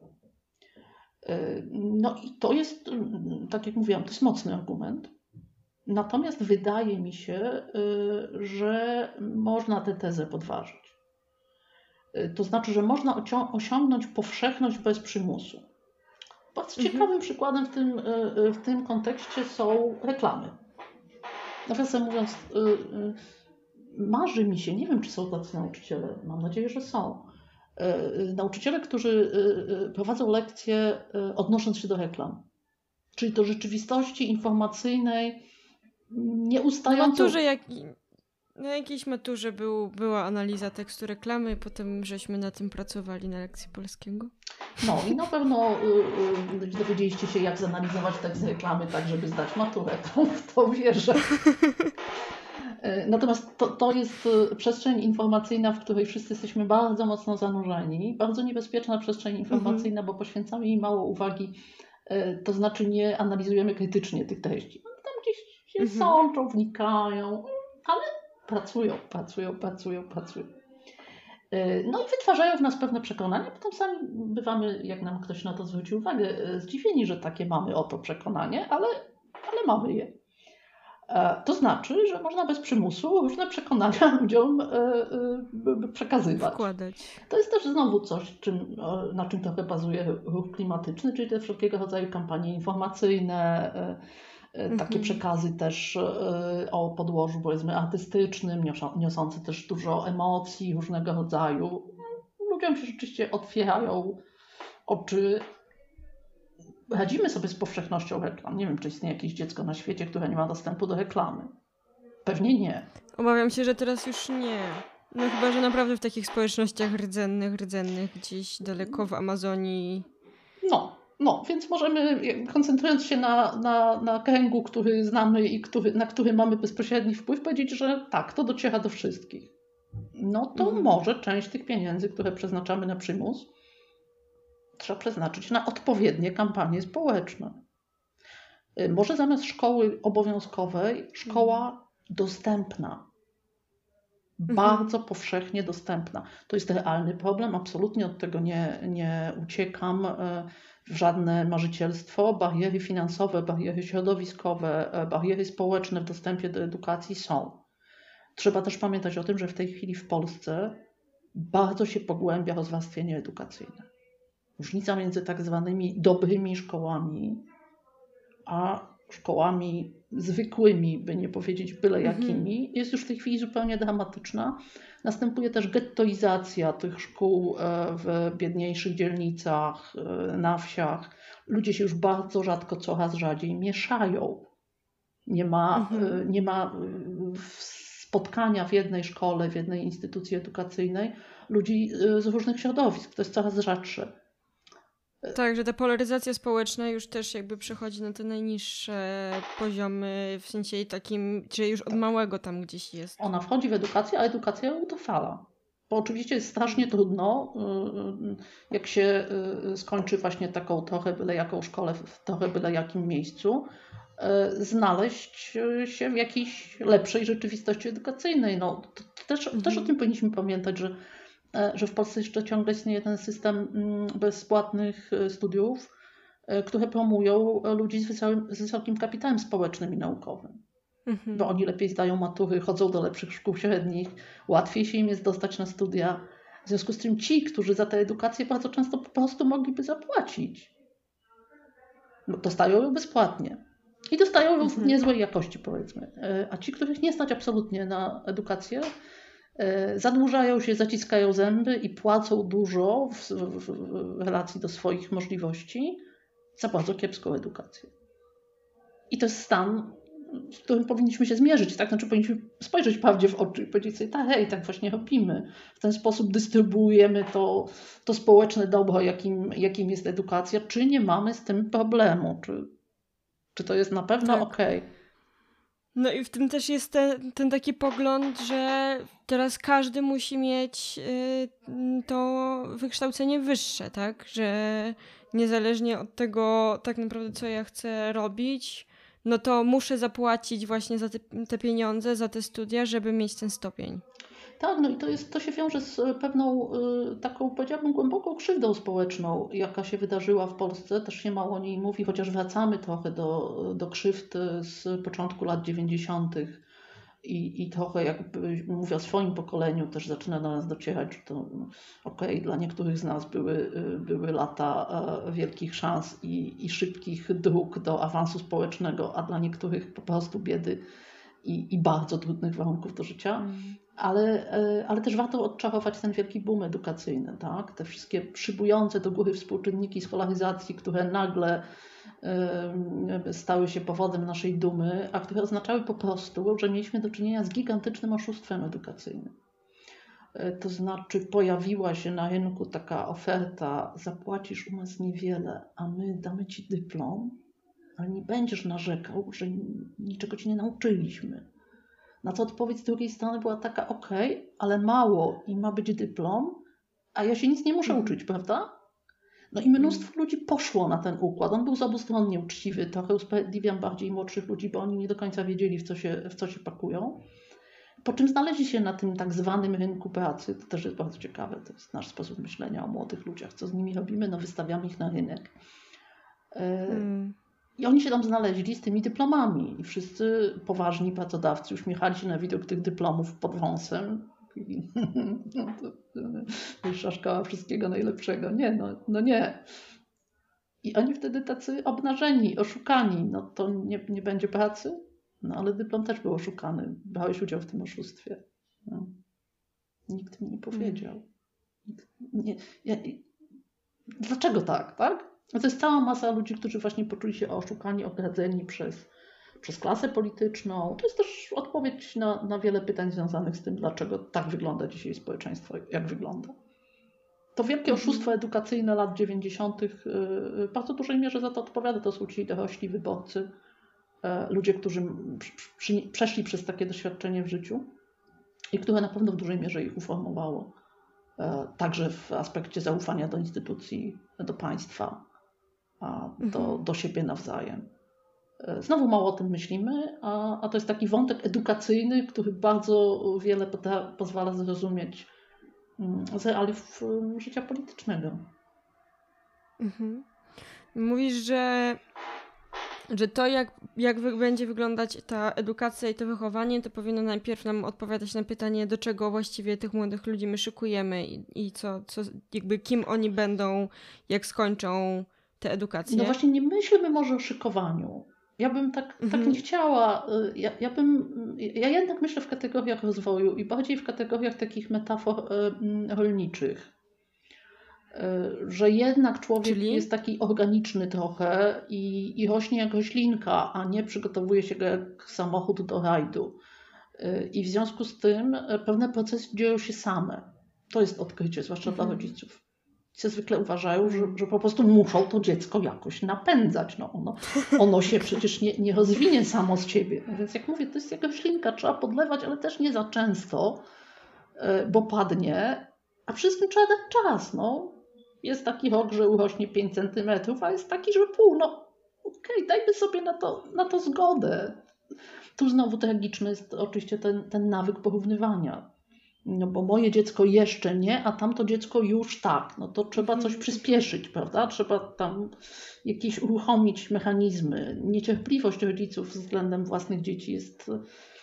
No i to jest, tak jak mówiłam, to jest mocny argument. Natomiast wydaje mi się, że można tę tezę podważyć. To znaczy, że można osiągnąć powszechność bez przymusu. Bardzo mhm. ciekawym przykładem w tym, w tym kontekście są reklamy. Nawiasem mówiąc, marzy mi się, nie wiem, czy są tacy nauczyciele, mam nadzieję, że są, nauczyciele, którzy prowadzą lekcje odnosząc się do reklam. Czyli do rzeczywistości informacyjnej, nieustająco... Na maturze, jak... na jakiejś maturze był, była analiza tekstu reklamy, potem żeśmy na tym pracowali na lekcji polskiego. No i na pewno y, y, dowiedzieliście się, jak zanalizować tekst reklamy tak, żeby zdać maturę. To, w to wierzę. Natomiast to, to jest przestrzeń informacyjna, w której wszyscy jesteśmy bardzo mocno zanurzeni. Bardzo niebezpieczna przestrzeń informacyjna, mhm. bo poświęcamy jej mało uwagi. To znaczy nie analizujemy krytycznie tych treści. Tam gdzieś się mhm. sączą, wnikają, ale pracują, pracują, pracują, pracują. No i wytwarzają w nas pewne przekonania, potem sami bywamy, jak nam ktoś na to zwróci uwagę, zdziwieni, że takie mamy oto przekonanie, ale, ale mamy je. To znaczy, że można bez przymusu różne przekonania ludziom przekazywać. Wkładać. To jest też znowu coś, czym, na czym trochę bazuje ruch klimatyczny, czyli te wszelkiego rodzaju kampanie informacyjne, takie mhm. przekazy też o podłożu powiedzmy artystycznym, niosące też dużo emocji różnego rodzaju. Ludziom się rzeczywiście otwierają oczy. Radzimy sobie z powszechnością reklam. Nie wiem, czy istnieje jakieś dziecko na świecie, które nie ma dostępu do reklamy. Pewnie nie. Obawiam się, że teraz już nie. No chyba, że naprawdę w takich społecznościach rdzennych, rdzennych gdzieś daleko w Amazonii. No, no, więc możemy, koncentrując się na, na, na kręgu, który znamy i który, na który mamy bezpośredni wpływ, powiedzieć, że tak, to dociera do wszystkich. No to mhm. może część tych pieniędzy, które przeznaczamy na przymus, trzeba przeznaczyć na odpowiednie kampanie społeczne. Może zamiast szkoły obowiązkowej, szkoła mhm. dostępna. Bardzo mhm. powszechnie dostępna. To jest realny problem, absolutnie od tego nie, nie uciekam w żadne marzycielstwo. Bariery finansowe, bariery środowiskowe, bariery społeczne w dostępie do edukacji są. Trzeba też pamiętać o tym, że w tej chwili w Polsce bardzo się pogłębia rozwarstwienie edukacyjne. Różnica między tak zwanymi dobrymi szkołami, a szkołami zwykłymi, by nie powiedzieć byle jakimi, mhm. jest już w tej chwili zupełnie dramatyczna. Następuje też gettoizacja tych szkół w biedniejszych dzielnicach, na wsiach. Ludzie się już bardzo rzadko, coraz rzadziej mieszają. Nie ma, mhm. nie ma spotkania w jednej szkole, w jednej instytucji edukacyjnej ludzi z różnych środowisk. To jest coraz rzadsze. Tak, że ta polaryzacja społeczna już też jakby przechodzi na te najniższe poziomy, w sensie takim, czyli już od małego tam gdzieś jest. Ona wchodzi w edukację, a edukacja ją utrwala. Bo oczywiście jest strasznie trudno, jak się skończy właśnie taką trochę byle jaką szkołę, w trochę byle jakim miejscu, znaleźć się w jakiejś lepszej rzeczywistości edukacyjnej. No, to też, mhm. też o tym powinniśmy pamiętać, że że w Polsce jeszcze ciągle istnieje ten system bezpłatnych studiów, które promują ludzi z wysokim, z wysokim kapitałem społecznym i naukowym. Mhm. Bo oni lepiej zdają matury, chodzą do lepszych szkół średnich, łatwiej się im jest dostać na studia. W związku z tym ci, którzy za tę edukację bardzo często po prostu mogliby zapłacić, dostają ją bezpłatnie. I dostają ją mhm. w niezłej jakości, powiedzmy. A ci, których nie stać absolutnie na edukację, zadłużają się, zaciskają zęby i płacą dużo w, w, w relacji do swoich możliwości za bardzo kiepską edukację. I to jest stan, z którym powinniśmy się zmierzyć. Tak? Znaczy powinniśmy spojrzeć prawdzie w oczy i powiedzieć sobie, tak, hej, tak właśnie robimy. W ten sposób dystrybuujemy to, to społeczne dobro, jakim, jakim jest edukacja. Czy nie mamy z tym problemu? Czy, czy to jest na pewno tak. okej? Okay? No i w tym też jest ten, ten taki pogląd, że teraz każdy musi mieć y, to wykształcenie wyższe, tak? Że niezależnie od tego tak naprawdę, co ja chcę robić, no to muszę zapłacić właśnie za te, te pieniądze, za te studia, żeby mieć ten stopień. Tak, no i to, jest, to się wiąże z pewną y, taką, powiedziałabym, głęboką krzywdą społeczną, jaka się wydarzyła w Polsce. Też się mało o niej mówi, chociaż wracamy trochę do, do krzywd z początku lat dziewięćdziesiątych. I, i trochę jakby mówię o swoim pokoleniu, też zaczyna do nas docierać, że to no, okej, okay, dla niektórych z nas były, były lata wielkich szans i, i szybkich dróg do awansu społecznego, a dla niektórych po prostu biedy i, i bardzo trudnych warunków do życia. Mm. Ale, ale też warto odczarować ten wielki boom edukacyjny, tak? Te wszystkie szybujące do góry współczynniki skolaryzacji, które nagle y, stały się powodem naszej dumy, a które oznaczały po prostu, że mieliśmy do czynienia z gigantycznym oszustwem edukacyjnym. Y, to znaczy pojawiła się na rynku taka oferta, zapłacisz u nas niewiele, a my damy ci dyplom, ale nie będziesz narzekał, że niczego ci nie nauczyliśmy. Na co odpowiedź z drugiej strony była taka, okej, okay, ale mało i ma być dyplom, a ja się nic nie muszę mm. uczyć, prawda? No i mnóstwo mm. ludzi poszło na ten układ. On był z obu stron nieuczciwy. Trochę usprawiedliwiam bardziej młodszych ludzi, bo oni nie do końca wiedzieli, w co się, w co się pakują. Po czym znaleźli się na tym tak zwanym rynku pracy. To też jest bardzo ciekawe. To jest nasz sposób myślenia o młodych ludziach. Co z nimi robimy? No wystawiamy ich na rynek. Hmm. I oni się tam znaleźli z tymi dyplomami. I wszyscy poważni pracodawcy uśmiechali się na widok tych dyplomów pod wąsem. Wyższa szkoła wszystkiego najlepszego. Nie, no, no nie. I oni wtedy tacy obnażeni, oszukani. No to nie, nie będzie pracy. No ale dyplom też był oszukany. Brałeś udział w tym oszustwie. No. Nikt mi nie powiedział. Nie, ja, dlaczego tak, tak? No to jest cała masa ludzi, którzy właśnie poczuli się oszukani, okradzeni przez, przez klasę polityczną. To jest też odpowiedź na, na wiele pytań związanych z tym, dlaczego tak wygląda dzisiaj społeczeństwo, jak wygląda. To wielkie oszustwo edukacyjne lat dziewięćdziesiątych w bardzo dużej mierze za to odpowiada. To są ci dorośli wyborcy, ludzie, którzy przeszli przez takie doświadczenie w życiu i które na pewno w dużej mierze ich uformowało. Także w aspekcie zaufania do instytucji, do państwa, do, mhm. do siebie nawzajem. Znowu mało o tym myślimy, a, a to jest taki wątek edukacyjny, który bardzo wiele potra- pozwala zrozumieć z realiów życia politycznego. Mhm. Mówisz, że że to, jak, jak będzie wyglądać ta edukacja i to wychowanie, to powinno najpierw nam odpowiadać na pytanie, do czego właściwie tych młodych ludzi my szykujemy i, i co, co, jakby kim oni będą, jak skończą tę edukację. No właśnie nie myślmy może o szykowaniu. Ja bym tak, mhm. tak nie chciała. Ja, ja, bym, ja jednak myślę w kategoriach rozwoju i bardziej w kategoriach takich metafor rolniczych. Że jednak człowiek Czyli? jest taki organiczny trochę i, i rośnie jak roślinka, a nie przygotowuje się jak samochód do rajdu. I w związku z tym pewne procesy dzieją się same. To jest odkrycie, zwłaszcza mhm. dla rodziców. Ci zwykle uważają, że, że po prostu muszą to dziecko jakoś napędzać. No ono, ono się przecież nie, nie rozwinie samo z siebie. No więc jak mówię, to jest jak roślinka, trzeba podlewać, ale też nie za często, bo padnie, a wszystkim trzeba dać czas. No. Jest taki rok, że urośnie pięć centymetrów, a jest taki, że pół. No okej, okay, dajmy sobie na to, na to zgodę. Tu znowu tragiczny jest oczywiście ten, ten nawyk porównywania. No bo moje dziecko jeszcze nie, a tamto dziecko już tak. No to trzeba coś przyspieszyć, prawda? Trzeba tam jakieś uruchomić mechanizmy. Niecierpliwość rodziców względem własnych dzieci jest,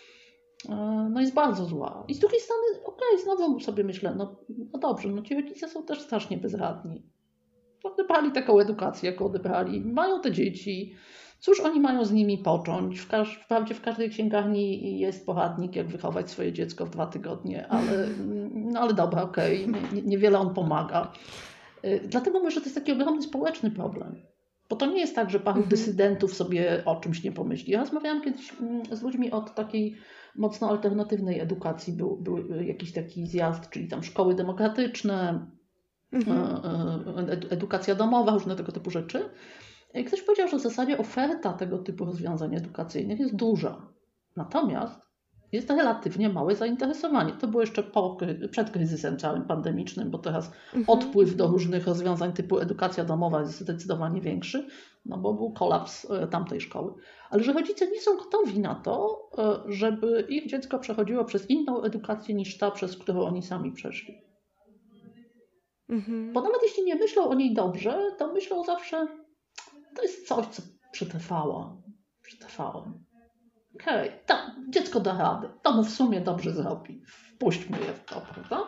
no jest bardzo zła. I z drugiej strony, okej, okay, znowu sobie myślę, no, no dobrze, no ci rodzice są też strasznie bezradni. Odebrali taką edukację, jaką odebrali. Mają te dzieci. Cóż oni mają z nimi począć? W każ- wprawdzie w każdej księgarni jest poradnik, jak wychować swoje dziecko w dwa tygodnie, ale, no ale dobra, okej, okay, nie, niewiele on pomaga. Dlatego myślę, że to jest taki ogromny społeczny problem. Bo to nie jest tak, że paru dysydentów sobie o czymś nie pomyśli. Ja rozmawiałam kiedyś z ludźmi od takiej mocno alternatywnej edukacji. Był, był jakiś taki zjazd, czyli tam szkoły demokratyczne, mhm. edukacja domowa, różne tego typu rzeczy. I ktoś powiedział, że w zasadzie oferta tego typu rozwiązań edukacyjnych jest duża. Natomiast jest relatywnie małe zainteresowanie. To było jeszcze po, przed kryzysem całym pandemicznym, bo teraz mhm. odpływ do różnych rozwiązań typu edukacja domowa jest zdecydowanie większy, no bo był kolaps tamtej szkoły. Ale że rodzice nie są gotowi na to, żeby ich dziecko przechodziło przez inną edukację niż ta, przez którą oni sami przeszli. Mhm. Bo nawet jeśli nie myślą o niej dobrze, to myślą zawsze, to jest coś, co przetrwało. Przetrwało. Okej, okay, dziecko da radę. To mu w sumie dobrze zrobi. Wpuśćmy je w to, prawda?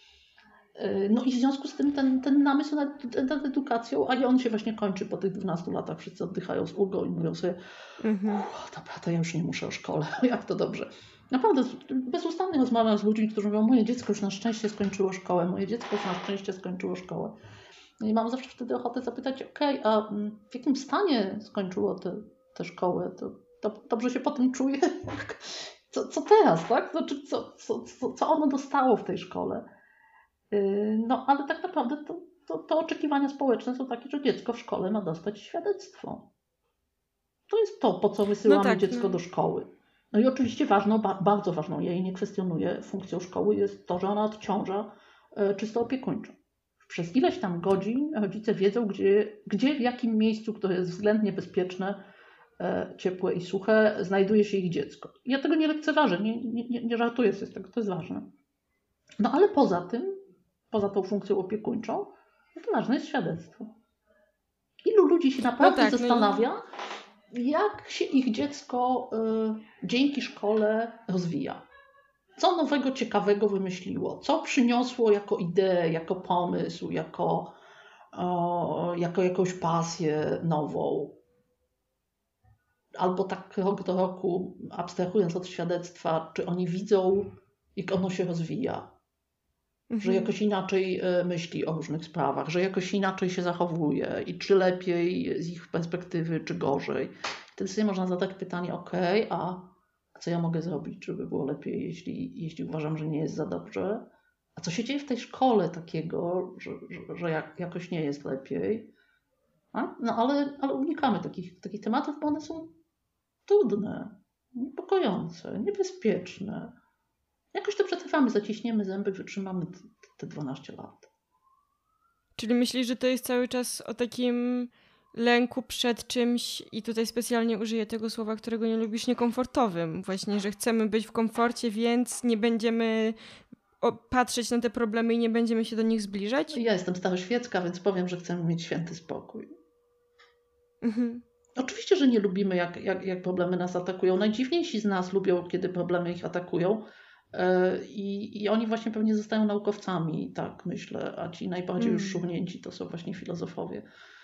No i w związku z tym ten, ten namysł nad, nad edukacją, a on się właśnie kończy po tych dwunastu latach. Wszyscy oddychają z ulgą i mówią sobie, mhm. dobra, to ja już nie muszę o szkole. Jak to dobrze. Naprawdę bezustannie rozmawiam z ludźmi, którzy mówią, moje dziecko już na szczęście skończyło szkołę. Moje dziecko już na szczęście skończyło szkołę. I mam zawsze wtedy ochotę zapytać, okej, okay, a w jakim stanie skończyło tę szkołę? To, to dobrze się potem czuje? Co, co teraz, tak? Znaczy, co, co, co, co ono dostało w tej szkole? No, ale tak naprawdę to, to, to oczekiwania społeczne są takie, że dziecko w szkole ma dostać świadectwo. To jest to, po co wysyłamy no tak, dziecko no. do szkoły. No i oczywiście ważną, ba- bardzo ważną, ja jej nie kwestionuję, funkcją szkoły jest to, że ona odciąża e, czysto opiekuńczo. Przez ileś tam godzin rodzice wiedzą, gdzie, gdzie w jakim miejscu, które jest względnie bezpieczne, ciepłe i suche, znajduje się ich dziecko. Ja tego nie lekceważę, nie, nie, nie żartuję sobie z tego, to jest ważne. No ale poza tym, poza tą funkcją opiekuńczą, to ważne jest świadectwo. Ilu ludzi się naprawdę no tak, zastanawia, no... jak się ich dziecko y, dzięki szkole rozwija. Co nowego, ciekawego wymyśliło, co przyniosło jako ideę, jako pomysł, jako, o, jako jakąś pasję nową. Albo tak rok do roku, abstrahując od świadectwa, czy oni widzą, jak ono się rozwija. Mhm. Że jakoś inaczej myśli o różnych sprawach, że jakoś inaczej się zachowuje i czy lepiej z ich perspektywy, czy gorzej. Wtedy sobie można zadać pytanie, ok, a co ja mogę zrobić, żeby było lepiej, jeśli, jeśli uważam, że nie jest za dobrze? A co się dzieje w tej szkole takiego, że, że, że jak, jakoś nie jest lepiej? A? No ale, ale unikamy takich, takich tematów, bo one są trudne, niepokojące, niebezpieczne. Jakoś to przetrwamy, zaciśniemy zęby, wytrzymamy te dwanaście lat. Czyli myślisz, że to jest cały czas o takim lęku przed czymś i tutaj specjalnie użyję tego słowa, którego nie lubisz, niekomfortowym. Właśnie, że chcemy być w komforcie, więc nie będziemy patrzeć na te problemy i nie będziemy się do nich zbliżać? Ja jestem staroświecka, więc powiem, że chcemy mieć święty spokój. Mhm. Oczywiście, że nie lubimy, jak, jak, jak problemy nas atakują. Najdziwniejsi z nas lubią, kiedy problemy ich atakują. I, I oni właśnie pewnie zostają naukowcami, tak myślę, a ci najbardziej mm. już szurnięci to są właśnie filozofowie.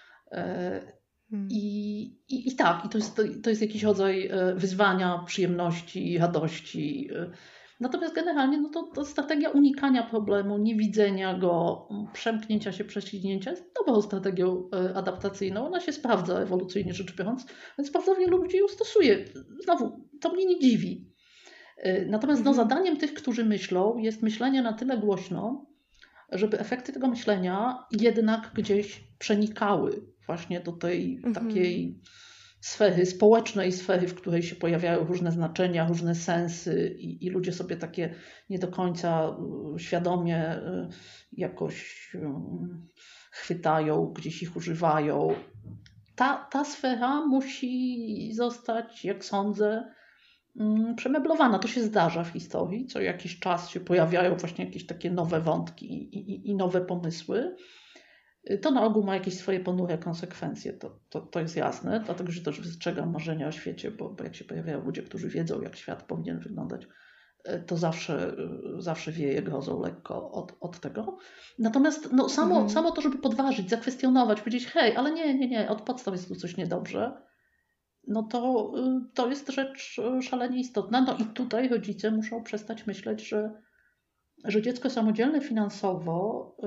Mm. I, i, I tak, i to jest, to jest jakiś rodzaj wyzwania, przyjemności, radości. Natomiast generalnie no to, to strategia unikania problemu, niewidzenia go, przemknięcia się, prześlizgnięcia jest dobrą strategią adaptacyjną. Ona się sprawdza ewolucyjnie rzecz biorąc, więc bardzo wielu ludzi ją stosuje. Znowu, to mnie nie dziwi. Natomiast mhm. no, zadaniem tych, którzy myślą, jest myślenie na tyle głośno, żeby efekty tego myślenia jednak gdzieś przenikały właśnie do tej mhm. takiej sfery, społecznej sfery, w której się pojawiają różne znaczenia, różne sensy i, i ludzie sobie takie nie do końca świadomie jakoś chwytają, gdzieś ich używają. Ta, ta sfera musi zostać, jak sądzę, przemeblowana. To się zdarza w historii. Co jakiś czas się pojawiają właśnie jakieś takie nowe wątki i, i, i nowe pomysły. To na ogół ma jakieś swoje ponure konsekwencje. To, to, to jest jasne, dlatego że też wystrzegam marzenia o świecie, bo, bo jak się pojawiają ludzie, którzy wiedzą, jak świat powinien wyglądać, to zawsze, zawsze wieje grozą lekko od, od tego. Natomiast no, samo, mhm. samo to, żeby podważyć, zakwestionować, powiedzieć hej, ale nie, nie, nie, od podstaw jest tu coś niedobrze, no to, to jest rzecz szalenie istotna. No i tutaj rodzice muszą przestać myśleć, że, że dziecko samodzielne finansowo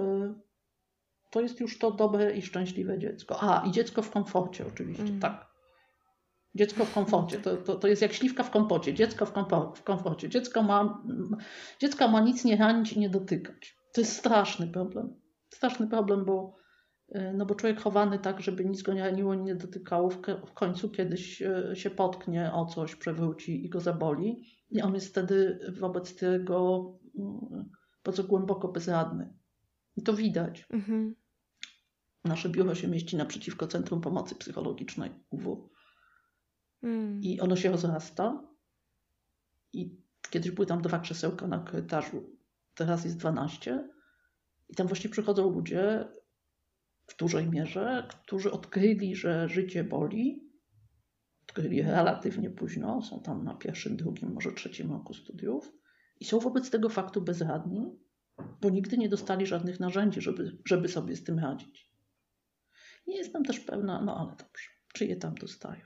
to jest już to dobre i szczęśliwe dziecko. A, i dziecko w komforcie oczywiście, mm. tak. Dziecko w komforcie, to, to, to jest jak śliwka w kompocie. Dziecko w, kompo, w komforcie. Dziecko ma, dziecko ma nic nie ranić i nie dotykać. To jest straszny problem. Straszny problem, bo No bo człowiek chowany tak, żeby nic go nie raniło, nie dotykało, w końcu kiedyś się potknie o coś, przewróci i go zaboli. I on jest wtedy wobec tego bardzo głęboko bezradny. I to widać. Mhm. Nasze biuro się mieści naprzeciwko Centrum Pomocy Psychologicznej U W. Mm. I ono się rozrasta. I kiedyś były tam dwa krzesełka na korytarzu, teraz jest dwanaście. I tam właśnie przychodzą ludzie, w dużej mierze, którzy odkryli, że życie boli, odkryli relatywnie późno, są tam na pierwszym, drugim, może trzecim roku studiów i są wobec tego faktu bezradni, bo nigdy nie dostali żadnych narzędzi, żeby, żeby sobie z tym radzić. Nie jestem też pewna, no ale dobrze, czy je tam dostają?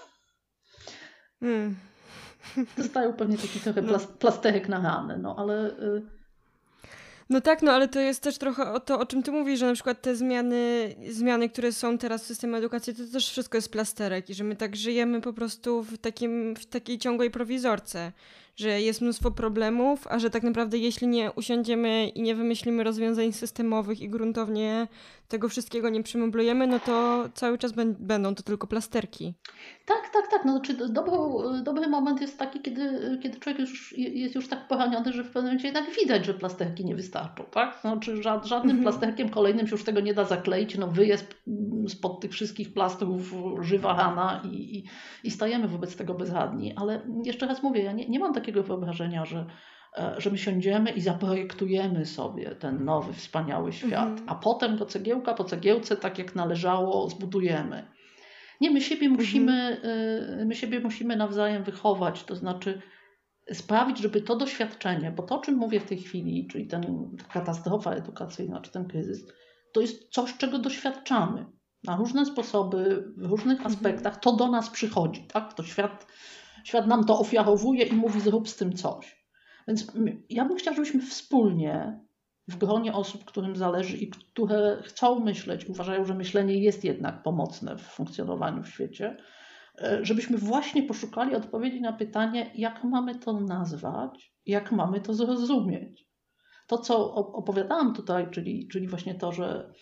Hmm. Dostają pewnie taki trochę plasterek na ranę, no ale... Y- No tak, no ale to jest też trochę o to, o czym ty mówisz, że na przykład te zmiany, zmiany, które są teraz w systemie edukacji, to też wszystko jest plasterek i że my tak żyjemy po prostu w, takim, w takiej ciągłej prowizorce, że jest mnóstwo problemów, a że tak naprawdę jeśli nie usiądziemy i nie wymyślimy rozwiązań systemowych i gruntownie tego wszystkiego nie przymeblujemy, no to cały czas b- będą to tylko plasterki. Tak, tak, tak. No, czy dobry, dobry moment jest taki, kiedy, kiedy człowiek już jest już tak poraniony, że w pewnym momencie jednak widać, że plasterki nie wystarczą. Tak? Znaczy ża- żadnym Mhm. plasterkiem kolejnym się już tego nie da zakleić. No, wyje spod tych wszystkich plastrów żywa rana i, i, i stajemy wobec tego bezradni. Ale jeszcze raz mówię, ja nie, nie mam takiego wyobrażenia, że że my siądziemy i zaprojektujemy sobie ten nowy, wspaniały świat, Mhm. a potem go cegiełka po cegiełce, tak jak należało, zbudujemy. Nie, my siebie musimy, Mhm. my siebie musimy nawzajem wychować, to znaczy sprawić, żeby to doświadczenie, bo to, o czym mówię w tej chwili, czyli ten katastrofa edukacyjna, czy ten kryzys, to jest coś, czego doświadczamy na różne sposoby, w różnych aspektach. To do nas przychodzi, tak? To świat, świat nam to ofiarowuje i mówi, zrób z tym coś. Więc ja bym chciała, żebyśmy wspólnie w gronie osób, którym zależy i które chcą myśleć, uważają, że myślenie jest jednak pomocne w funkcjonowaniu w świecie, żebyśmy właśnie poszukali odpowiedzi na pytanie, jak mamy to nazwać, jak mamy to zrozumieć. To, co opowiadałam tutaj, czyli, czyli właśnie to, że,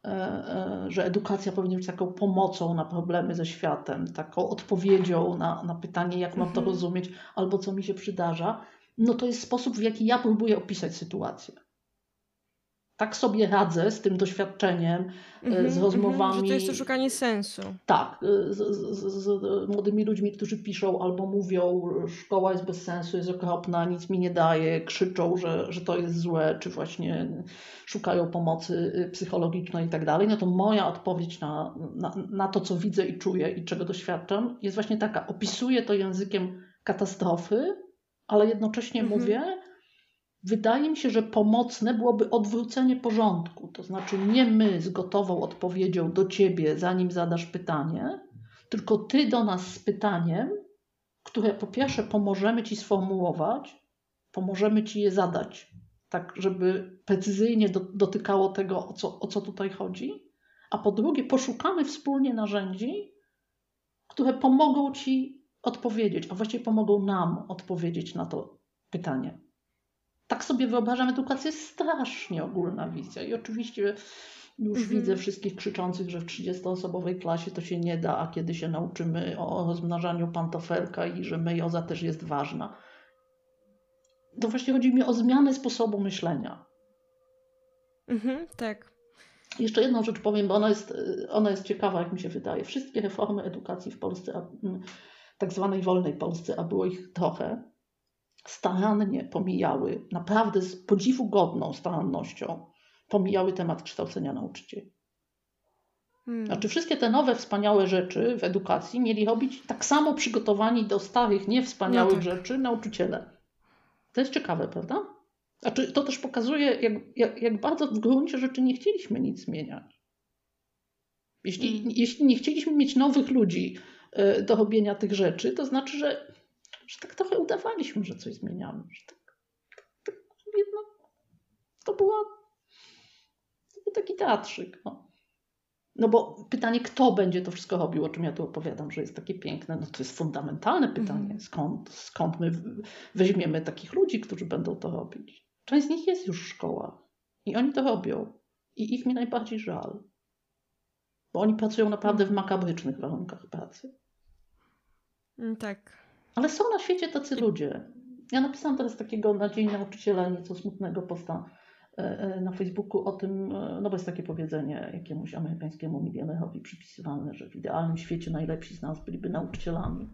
że edukacja powinna być taką pomocą na problemy ze światem, taką odpowiedzią na, na pytanie, jak mam to rozumieć, albo co mi się przydarza, no to jest sposób, w jaki ja próbuję opisać sytuację. Tak sobie radzę z tym doświadczeniem, Mm-hmm, z rozmowami. Mm-hmm, że to jest to szukanie sensu. Tak, z, z, z młodymi ludźmi, którzy piszą albo mówią, szkoła jest bez sensu, jest okropna, nic mi nie daje, krzyczą, że, że to jest złe, czy właśnie szukają pomocy psychologicznej i tak dalej. No to moja odpowiedź na, na, na to, co widzę i czuję i czego doświadczam, jest właśnie taka. Opisuję to językiem katastrofy, ale jednocześnie mm-hmm. mówię, wydaje mi się, że pomocne byłoby odwrócenie porządku. To znaczy nie my z gotową odpowiedzią do ciebie, zanim zadasz pytanie, tylko ty do nas z pytaniem, które po pierwsze pomożemy ci sformułować, pomożemy ci je zadać, tak żeby precyzyjnie do, dotykało tego, o co, o co tutaj chodzi, a po drugie poszukamy wspólnie narzędzi, które pomogą ci odpowiedzieć, a właściwie pomogą nam odpowiedzieć na to pytanie. Tak sobie wyobrażam, edukacja jest strasznie ogólna wizja i oczywiście już mm-hmm. widzę wszystkich krzyczących, że w trzydziestoosobowej klasie to się nie da, a kiedy się nauczymy o rozmnażaniu pantofelka i że mejoza też jest ważna. To właśnie chodzi mi o zmianę sposobu myślenia. Mhm, tak. Jeszcze jedną rzecz powiem, bo ona jest, ona jest ciekawa, jak mi się wydaje. Wszystkie reformy edukacji w Polsce, tak zwanej wolnej Polsce, a było ich trochę, starannie pomijały, naprawdę z podziwu godną starannością, pomijały temat kształcenia nauczycieli. Hmm. Znaczy wszystkie te nowe, wspaniałe rzeczy w edukacji mieli robić tak samo przygotowani do starych, niewspaniałych no tak. rzeczy nauczyciele. To jest ciekawe, prawda? Znaczy to też pokazuje, jak, jak, jak bardzo w gruncie rzeczy nie chcieliśmy nic zmieniać. Jeśli, hmm. jeśli nie chcieliśmy mieć nowych ludzi do robienia tych rzeczy, to znaczy, że że tak trochę udawaliśmy, że coś zmieniamy. Że tak, tak, tak jednak to, była, to był taki teatrzyk. No. no bo pytanie, kto będzie to wszystko robił, o czym ja tu opowiadam, że jest takie piękne, no to jest fundamentalne pytanie. Mm-hmm. Skąd, skąd my weźmiemy takich ludzi, którzy będą to robić? Część z nich jest już w szkołach i oni to robią. I ich mi najbardziej żal. Bo oni pracują naprawdę w makabrycznych warunkach pracy. Mm, tak. Ale są na świecie tacy ludzie. Ja napisałam teraz takiego na Dzień Nauczyciela nieco smutnego posta na Facebooku o tym, no bo jest takie powiedzenie jakiemuś amerykańskiemu milionerowi przypisywane, że w idealnym świecie najlepsi z nas byliby nauczycielami.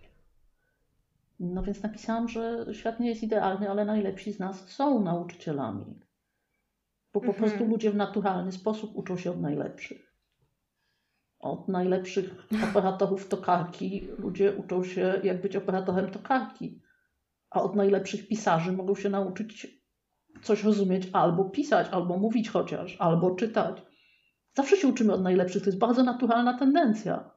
No więc napisałam, że świat nie jest idealny, ale najlepsi z nas są nauczycielami. Bo po mhm. prostu ludzie w naturalny sposób uczą się od najlepszych. Od najlepszych operatorów tokarki ludzie uczą się, jak być operatorem tokarki. A od najlepszych pisarzy mogą się nauczyć coś rozumieć albo pisać, albo mówić chociaż, albo czytać. Zawsze się uczymy od najlepszych. To jest bardzo naturalna tendencja.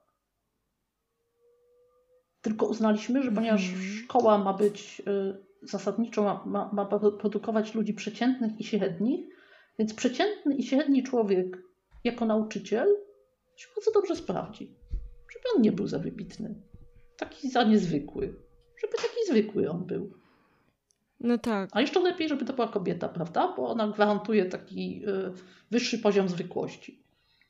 Tylko uznaliśmy, że ponieważ szkoła ma być zasadniczo, ma, ma, ma produkować ludzi przeciętnych i średnich, więc przeciętny i średni człowiek jako nauczyciel się bardzo dobrze sprawdzi. Żeby on nie był za wybitny. Taki za niezwykły. Żeby taki zwykły on był. No tak. A jeszcze lepiej, żeby to była kobieta, prawda? Bo ona gwarantuje taki y, wyższy poziom zwykłości.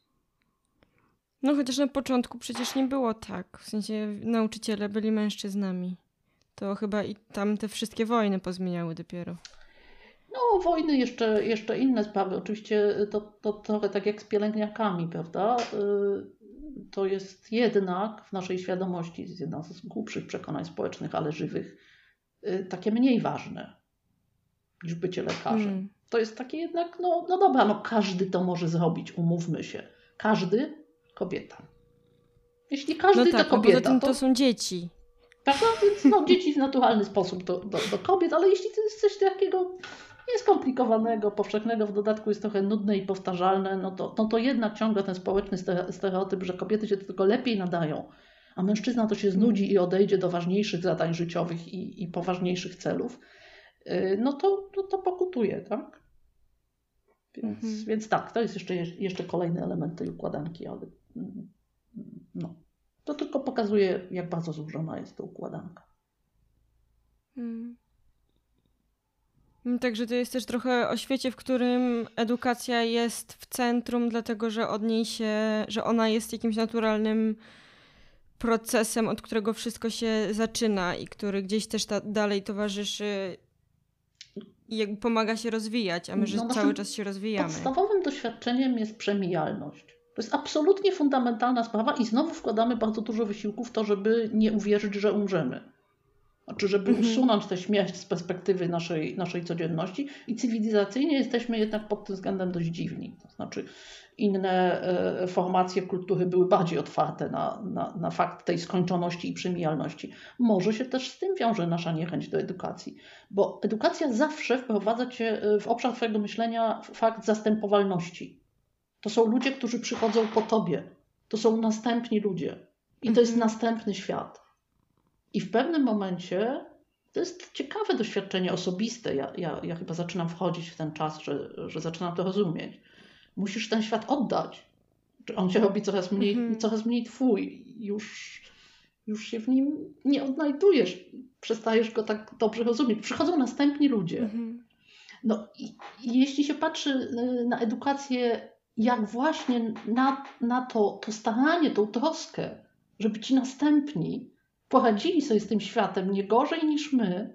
No chociaż na początku przecież nie było tak. W sensie nauczyciele byli mężczyznami. To chyba i tam te wszystkie wojny pozmieniały dopiero. No, wojny, jeszcze, jeszcze inne sprawy. Oczywiście to, to trochę tak jak z pielęgniarkami, prawda? Y, to jest jednak w naszej świadomości, jest jedna z głupszych przekonań społecznych, ale żywych, y, takie mniej ważne niż bycie lekarzem. Mm. To jest takie jednak, no, no dobra, no każdy to może zrobić, umówmy się. Każdy, kobieta. Jeśli każdy no tak, to kobieta, poza tym to, to są dzieci. Prawda? Więc no, dzieci w naturalny sposób do, do, do kobiet, ale jeśli to jest coś takiego nieskomplikowanego, powszechnego, w dodatku jest trochę nudne i powtarzalne, no to, no to jednak ciągle ten społeczny stereotyp, że kobiety się tylko lepiej nadają, a mężczyzna to się znudzi i odejdzie do ważniejszych zadań życiowych i, i poważniejszych celów, no to, to, to pokutuje, tak? Więc, mhm. więc tak, to jest jeszcze, jeszcze kolejny element tej układanki, ale no, to tylko pokazuje, jak bardzo złożona jest ta układanka. Hmm. Także to jest też trochę o świecie, w którym edukacja jest w centrum, dlatego że od niej się, że ona jest jakimś naturalnym procesem, od którego wszystko się zaczyna i który gdzieś też ta, dalej towarzyszy i jakby pomaga się rozwijać, a my że no, cały czas się rozwijamy. Podstawowym doświadczeniem jest przemijalność. To jest absolutnie fundamentalna sprawa i znowu wkładamy bardzo dużo wysiłku w to, żeby nie uwierzyć, że umrzemy. Znaczy, żeby mhm. usunąć tę śmierć z perspektywy naszej, naszej codzienności i cywilizacyjnie jesteśmy jednak pod tym względem dość dziwni. To znaczy inne e, formacje kultury były bardziej otwarte na, na, na fakt tej skończoności i przemijalności. Może się też z tym wiąże nasza niechęć do edukacji, bo edukacja zawsze wprowadza cię w obszar twojego myślenia fakt zastępowalności. To są ludzie, którzy przychodzą po tobie. To są następni ludzie. I to mhm. jest następny świat. I w pewnym momencie to jest ciekawe doświadczenie osobiste. Ja, ja, ja chyba zaczynam wchodzić w ten czas, że, że zaczynam to rozumieć. Musisz ten świat oddać. On się robi coraz mniej, mhm. coraz mniej twój. Już, już się w nim nie odnajdujesz. Przestajesz go tak dobrze rozumieć. Przychodzą następni ludzie. Mhm. No i, i jeśli się patrzy na edukację, jak właśnie na, na to, to staranie, tą troskę, żeby ci następni poradzili sobie z tym światem nie gorzej niż my,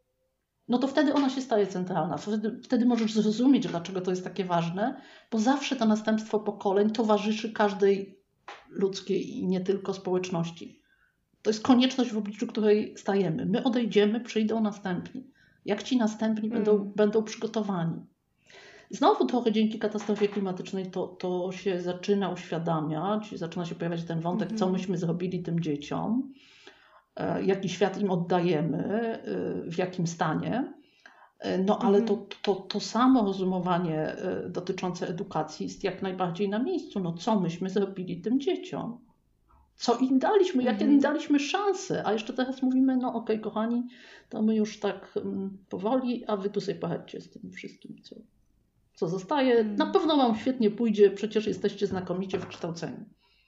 no to wtedy ona się staje centralna. Wtedy, wtedy możesz zrozumieć, dlaczego to jest takie ważne, bo zawsze to następstwo pokoleń towarzyszy każdej ludzkiej i nie tylko społeczności. To jest konieczność, w obliczu której stajemy. My odejdziemy, przyjdą następni. Jak ci następni mm. będą, będą przygotowani. Znowu trochę dzięki katastrofie klimatycznej to, to się zaczyna uświadamiać, zaczyna się pojawiać ten wątek, mm. co myśmy zrobili tym dzieciom, jaki świat im oddajemy, w jakim stanie. No ale mhm. to, to, to samo rozumowanie dotyczące edukacji jest jak najbardziej na miejscu. No co myśmy zrobili tym dzieciom? Co im daliśmy? Mhm. Jakie im daliśmy szanse? A jeszcze teraz mówimy, no okej, okay, kochani, to my już tak um, powoli, a wy tu sobie poradźcie z tym wszystkim, co, co zostaje. Mhm. Na pewno wam świetnie pójdzie, przecież jesteście znakomicie wykształceni.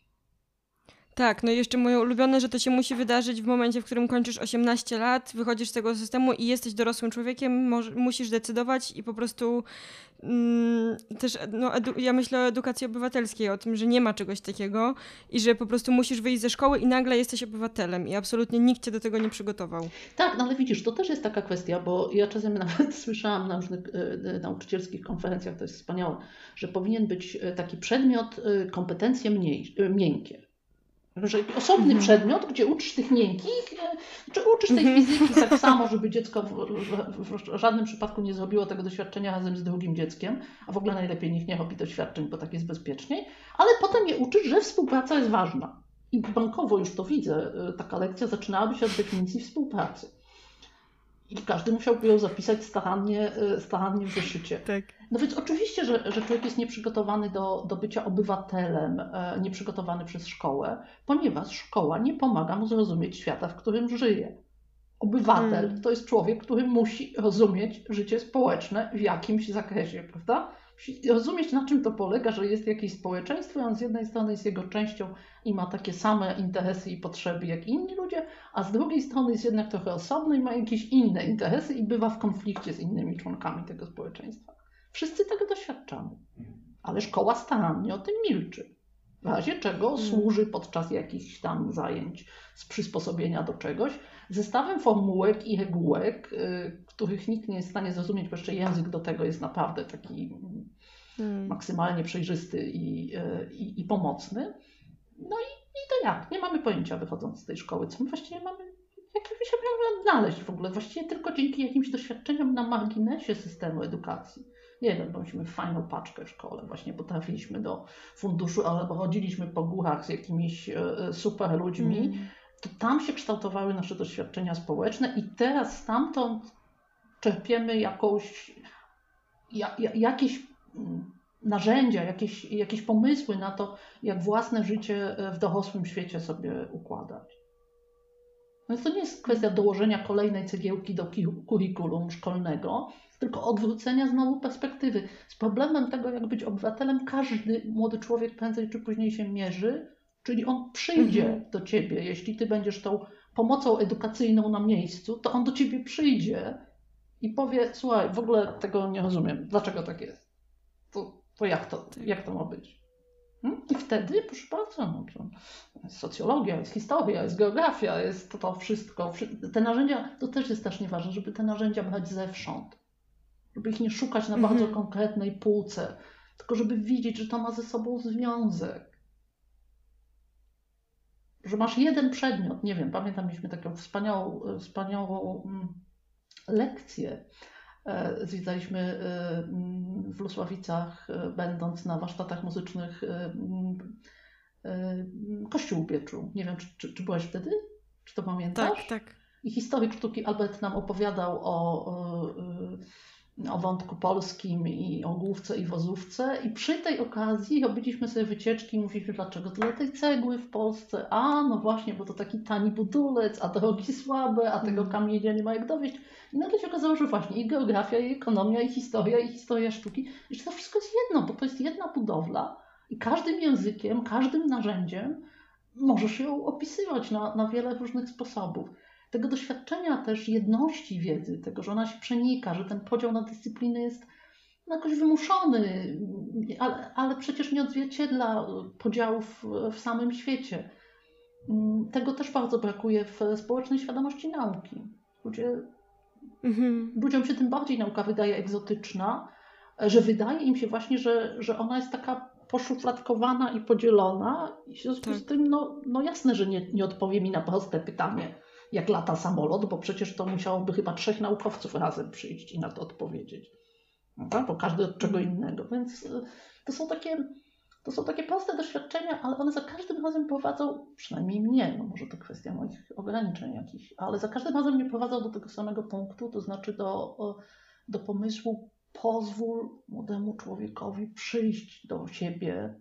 Tak, no i jeszcze moje ulubione, że to się musi wydarzyć w momencie, w którym kończysz osiemnaście lat, wychodzisz z tego systemu i jesteś dorosłym człowiekiem, może, musisz decydować i po prostu mm, też, no, edu- ja myślę o edukacji obywatelskiej, o tym, że nie ma czegoś takiego i że po prostu musisz wyjść ze szkoły i nagle jesteś obywatelem i absolutnie nikt cię do tego nie przygotował. Tak, no ale widzisz, to też jest taka kwestia, bo ja czasem nawet słyszałam na różnych y, nauczycielskich konferencjach, to jest wspaniałe, że powinien być taki przedmiot y, kompetencje mniej, y, miękkie. Że osobny mhm. przedmiot, gdzie uczysz tych miękkich, czy uczysz tej mhm. fizyki tak samo, żeby dziecko w, w, w żadnym przypadku nie zrobiło tego doświadczenia razem z drugim dzieckiem, a w ogóle najlepiej niech nie robi doświadczeń, bo tak jest bezpieczniej, ale potem je uczysz, że współpraca jest ważna. I bankowo już to widzę, taka lekcja zaczynałaby się od definicji współpracy. I każdy musiałby ją zapisać starannie, starannie w zeszycie. Tak. No więc oczywiście, że, że człowiek jest nieprzygotowany do, do bycia obywatelem, nieprzygotowany przez szkołę, ponieważ szkoła nie pomaga mu zrozumieć świata, w którym żyje. Obywatel hmm. to jest człowiek, który musi rozumieć życie społeczne w jakimś zakresie, prawda? musi rozumieć, na czym to polega, że jest jakieś społeczeństwo, on z jednej strony jest jego częścią i ma takie same interesy i potrzeby jak inni ludzie, a z drugiej strony jest jednak trochę osobny i ma jakieś inne interesy i bywa w konflikcie z innymi członkami tego społeczeństwa. Wszyscy tego doświadczamy, ale szkoła starannie o tym milczy. W razie czego służy podczas jakichś tam zajęć z przysposobienia do czegoś zestawem formułek i regułek, y, których nikt nie jest w stanie zrozumieć, bo jeszcze język do tego jest naprawdę taki hmm. maksymalnie przejrzysty i, y, i, i pomocny. No i, i to jak? Nie mamy pojęcia wychodząc z tej szkoły, co my właściwie mamy, jak my się mamy odnaleźć w ogóle, właściwie tylko dzięki jakimś doświadczeniom na marginesie systemu edukacji. Nie wiem, bo myśmy fajną paczkę w szkole, właśnie potrafiliśmy do funduszu, albo chodziliśmy po górach z jakimiś super ludźmi, mm. to tam się kształtowały nasze doświadczenia społeczne i teraz stamtąd czerpiemy jakąś, ja, jakieś narzędzia, jakieś, jakieś pomysły na to, jak własne życie w dorosłym świecie sobie układać. Więc to nie jest kwestia dołożenia kolejnej cegiełki do kurikulum szkolnego, tylko odwrócenia znowu perspektywy. Z problemem tego, jak być obywatelem, każdy młody człowiek prędzej czy później się mierzy, czyli on przyjdzie mhm. do ciebie. Jeśli ty będziesz tą pomocą edukacyjną na miejscu, to on do ciebie przyjdzie i powie, słuchaj, w ogóle tego nie rozumiem. Dlaczego tak jest? To, to, jak, to jak to ma być? I wtedy, proszę bardzo, no, jest socjologia, jest historia, jest geografia, jest to, to wszystko. Te narzędzia, to też jest strasznie ważne, żeby te narzędzia brać zewsząd. Żeby ich nie szukać na bardzo mm-hmm. konkretnej półce, tylko żeby widzieć, że to ma ze sobą związek. Że masz jeden przedmiot, nie wiem, pamiętam, mieliśmy taką wspaniałą, wspaniałą mm, lekcję. Zwiedzaliśmy w Lusławicach, będąc na warsztatach muzycznych, Kościół Bieczu. Nie wiem, czy, czy, czy byłaś wtedy? Czy to pamiętasz? Tak, tak. I historyk sztuki Albert nam opowiadał o, o, o wątku polskim i o główce i wozówce. I przy tej okazji robiliśmy sobie wycieczki i mówiliśmy, dlaczego tyle tej cegły w Polsce. A, no właśnie, bo to taki tani budulec, a drogi słabe, a tego kamienia nie ma jak dowieść. I nagle się okazało, że właśnie i geografia, i ekonomia, i historia, i historia sztuki, że to wszystko jest jedno, bo to jest jedna budowla i każdym językiem, każdym narzędziem możesz ją opisywać na, na wiele różnych sposobów. Tego doświadczenia też jedności wiedzy, tego, że ona się przenika, że ten podział na dyscypliny jest jakoś wymuszony, ale, ale przecież nie odzwierciedla podziałów w samym świecie. Tego też bardzo brakuje w społecznej świadomości nauki. Ludzie Mhm. Ludziom się tym bardziej nauka wydaje egzotyczna, że wydaje im się właśnie, że, że ona jest taka poszufladkowana i podzielona i w związku tak. z tym no, no jasne, że nie, nie odpowie mi na proste pytanie, jak lata samolot, bo przecież to musiałoby chyba trzech naukowców razem przyjść i na to odpowiedzieć. No tak? Bo każdy od czego innego. Więc to są takie... To są takie proste doświadczenia, ale one za każdym razem prowadzą, przynajmniej mnie, no może to kwestia moich ograniczeń jakichś, ale za każdym razem mnie prowadzą do tego samego punktu, to znaczy do, do pomysłu pozwól młodemu człowiekowi przyjść do siebie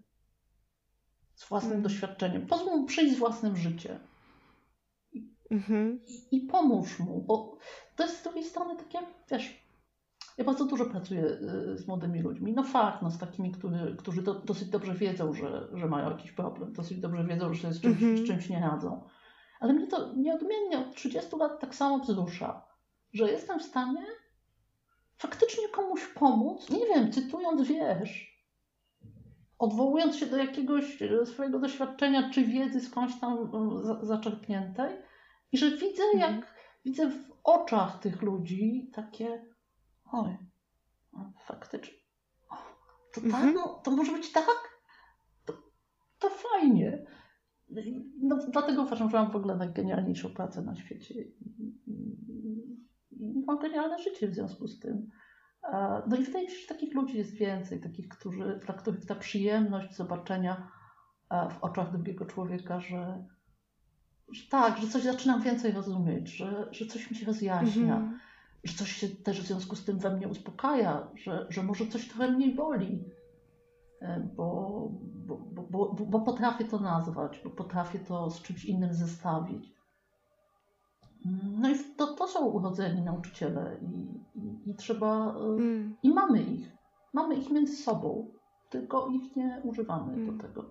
z własnym mm. doświadczeniem. Pozwól mu przyjść z własnym życiem. I, mm-hmm. i, I pomóż mu, bo to jest z drugiej strony takie, wiesz, ja bardzo dużo pracuję z młodymi ludźmi. No fakt, no z takimi, którzy, którzy do, dosyć dobrze wiedzą, że, że mają jakiś problem. Dosyć dobrze wiedzą, że z czymś, mm-hmm. z czymś nie radzą. Ale mnie to nieodmiennie od trzydziestu lat tak samo wzrusza, że jestem w stanie faktycznie komuś pomóc, nie wiem, cytując wiersz, odwołując się do jakiegoś swojego doświadczenia czy wiedzy skądś tam zaczerpniętej i że widzę, mm-hmm. jak widzę w oczach tych ludzi takie oj, faktycznie, o, to tak, mhm. no, to może być tak? To, to fajnie. No, dlatego uważam, że mam w ogóle najgenialniejszą pracę na świecie i, i, i mam genialne życie w związku z tym. No i wydaje mi się, że takich ludzi jest więcej, takich, którzy, dla których ta przyjemność zobaczenia w oczach drugiego człowieka, że, że tak, że coś zaczynam więcej rozumieć, że, że coś mi się rozjaśnia. Mhm. Że coś się też w związku z tym we mnie uspokaja, że, że może coś trochę mniej boli, bo, bo, bo, bo, bo potrafię to nazwać, bo potrafię to z czymś innym zestawić. No i to, to są urodzeni nauczyciele i, i, i trzeba, mm. i mamy ich. Mamy ich między sobą, tylko ich nie używamy hmm. do tego.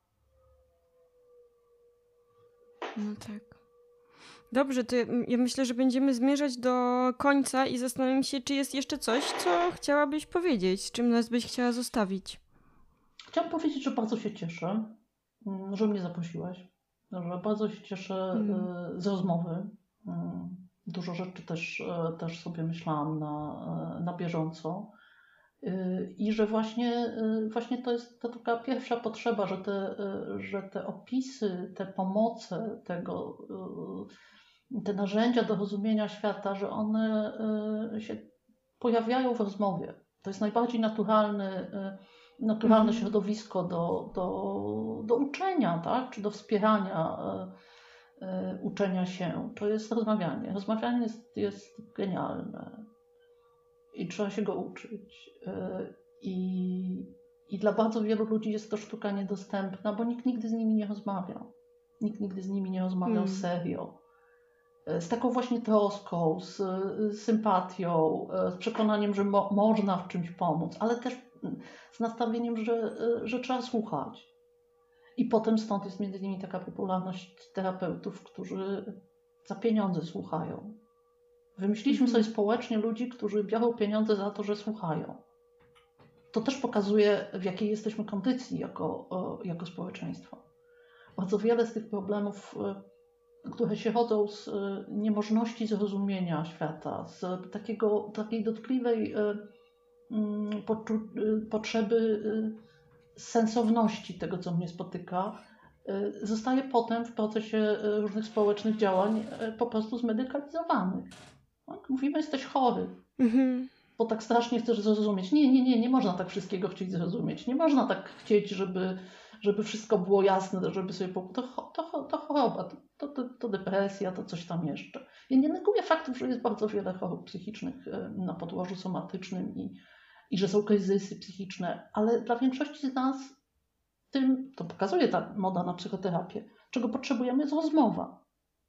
No tak. Dobrze, to ja myślę, że będziemy zmierzać do końca i zastanawiam się, czy jest jeszcze coś, co chciałabyś powiedzieć, z czym nas byś chciała zostawić. Chciałam powiedzieć, że bardzo się cieszę, że mnie zaprosiłaś, że bardzo się cieszę hmm. z rozmowy. Dużo rzeczy też, też sobie myślałam na, na bieżąco. I że właśnie, właśnie to jest to taka pierwsza potrzeba, że te, że te opisy, te pomoce, tego, te narzędzia do rozumienia świata, że one się pojawiają w rozmowie. To jest najbardziej naturalny, naturalne mhm. środowisko do, do, do uczenia, tak? Czy do wspierania uczenia się. To jest rozmawianie. Rozmawianie jest, jest genialne. I trzeba się go uczyć. I, I dla bardzo wielu ludzi jest to sztuka niedostępna, bo nikt nigdy z nimi nie rozmawiał. Nikt nigdy z nimi nie rozmawiał hmm. serio. Z taką właśnie troską, z, z sympatią, z przekonaniem, że mo, można w czymś pomóc, ale też z nastawieniem, że, że trzeba słuchać. I potem stąd jest między innymi taka popularność terapeutów, którzy za pieniądze słuchają. Wymyśliliśmy sobie społecznie ludzi, którzy biorą pieniądze za to, że słuchają. To też pokazuje, w jakiej jesteśmy kondycji jako, jako społeczeństwo. Bardzo wiele z tych problemów, które się rodzą z niemożności zrozumienia świata, z takiego, takiej dotkliwej poczu- potrzeby sensowności tego, co mnie spotyka, zostaje potem w procesie różnych społecznych działań po prostu zmedykalizowanych. Mówimy, jesteś chory, mhm. bo tak strasznie chcesz zrozumieć. Nie, nie, nie, nie można tak wszystkiego chcieć zrozumieć. Nie można tak chcieć, żeby, żeby wszystko było jasne, żeby sobie... To, to, to choroba, to, to, to depresja, to coś tam jeszcze. Ja nie neguję faktów, że jest bardzo wiele chorób psychicznych na podłożu somatycznym i, i że są kryzysy psychiczne, ale dla większości z nas tym, to pokazuje ta moda na psychoterapię, czego potrzebujemy, jest rozmowa.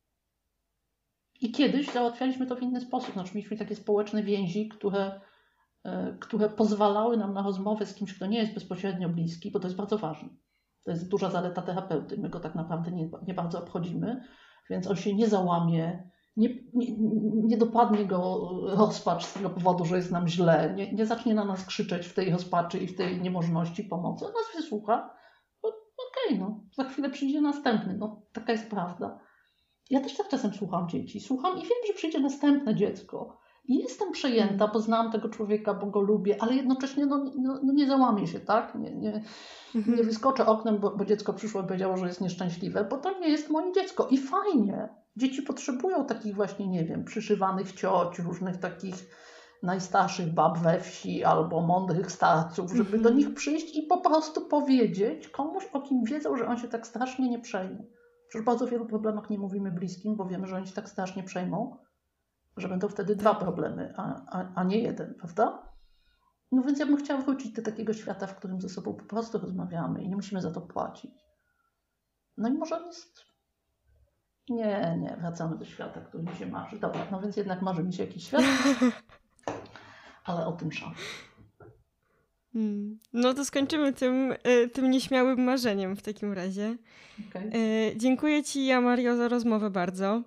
I kiedyś załatwialiśmy to w inny sposób. Znaczy mieliśmy takie społeczne więzi, które, które pozwalały nam na rozmowę z kimś, kto nie jest bezpośrednio bliski, bo to jest bardzo ważne. To jest duża zaleta terapeuty. My go tak naprawdę nie, nie bardzo obchodzimy, więc on się nie załamie, nie, nie, nie dopadnie go rozpacz z tego powodu, że jest nam źle, nie, nie zacznie na nas krzyczeć w tej rozpaczy i w tej niemożności pomocy. On nas wysłucha. Okej, okay, no, za chwilę przyjdzie następny. No, taka jest prawda. Ja też tak czasem słucham dzieci. Słucham i wiem, że przyjdzie następne dziecko. I jestem przejęta, bo znam tego człowieka, bo go lubię, ale jednocześnie no, no, no nie załamię się, tak? Nie, nie, nie wyskoczę oknem, bo, bo dziecko przyszło i powiedziało, że jest nieszczęśliwe, bo to nie jest moje dziecko. I fajnie. Dzieci potrzebują takich właśnie, nie wiem, przyszywanych cioć, różnych takich najstarszych bab we wsi albo mądrych starców, żeby do nich przyjść i po prostu powiedzieć komuś, o kim wiedzą, że on się tak strasznie nie przejmie. Przecież bardzo wielu problemach nie mówimy bliskim, bo wiemy, że oni się tak strasznie przejmą, że będą wtedy dwa problemy, a, a, a nie jeden, prawda? No więc ja bym chciała wrócić do takiego świata, w którym ze sobą po prostu rozmawiamy i nie musimy za to płacić. No i może jest... Nie, nie, wracamy do świata, który mi się marzy. Dobra, no więc jednak marzy mi się jakiś świat, ale o tym szan. Hmm. No to skończymy tym, tym nieśmiałym marzeniem w takim razie. Okay. Dziękuję Ci, ja Mario, za rozmowę bardzo.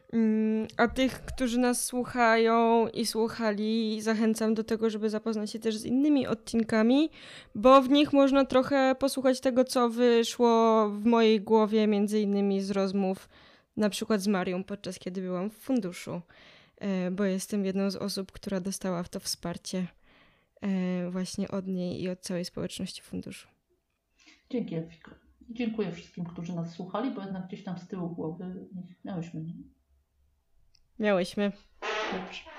A tych, którzy nas słuchają i słuchali, zachęcam do tego, żeby zapoznać się też z innymi odcinkami, bo w nich można trochę posłuchać tego, co wyszło w mojej głowie, między innymi z rozmów na przykład z Marią, podczas kiedy byłam w funduszu, bo jestem jedną z osób, która dostała w to wsparcie właśnie od niej i od całej społeczności funduszu. Dzięki, Elfiko. Dziękuję wszystkim, którzy nas słuchali, bo jednak gdzieś tam z tyłu głowy miałyśmy. Nie? Miałyśmy. Dobrze.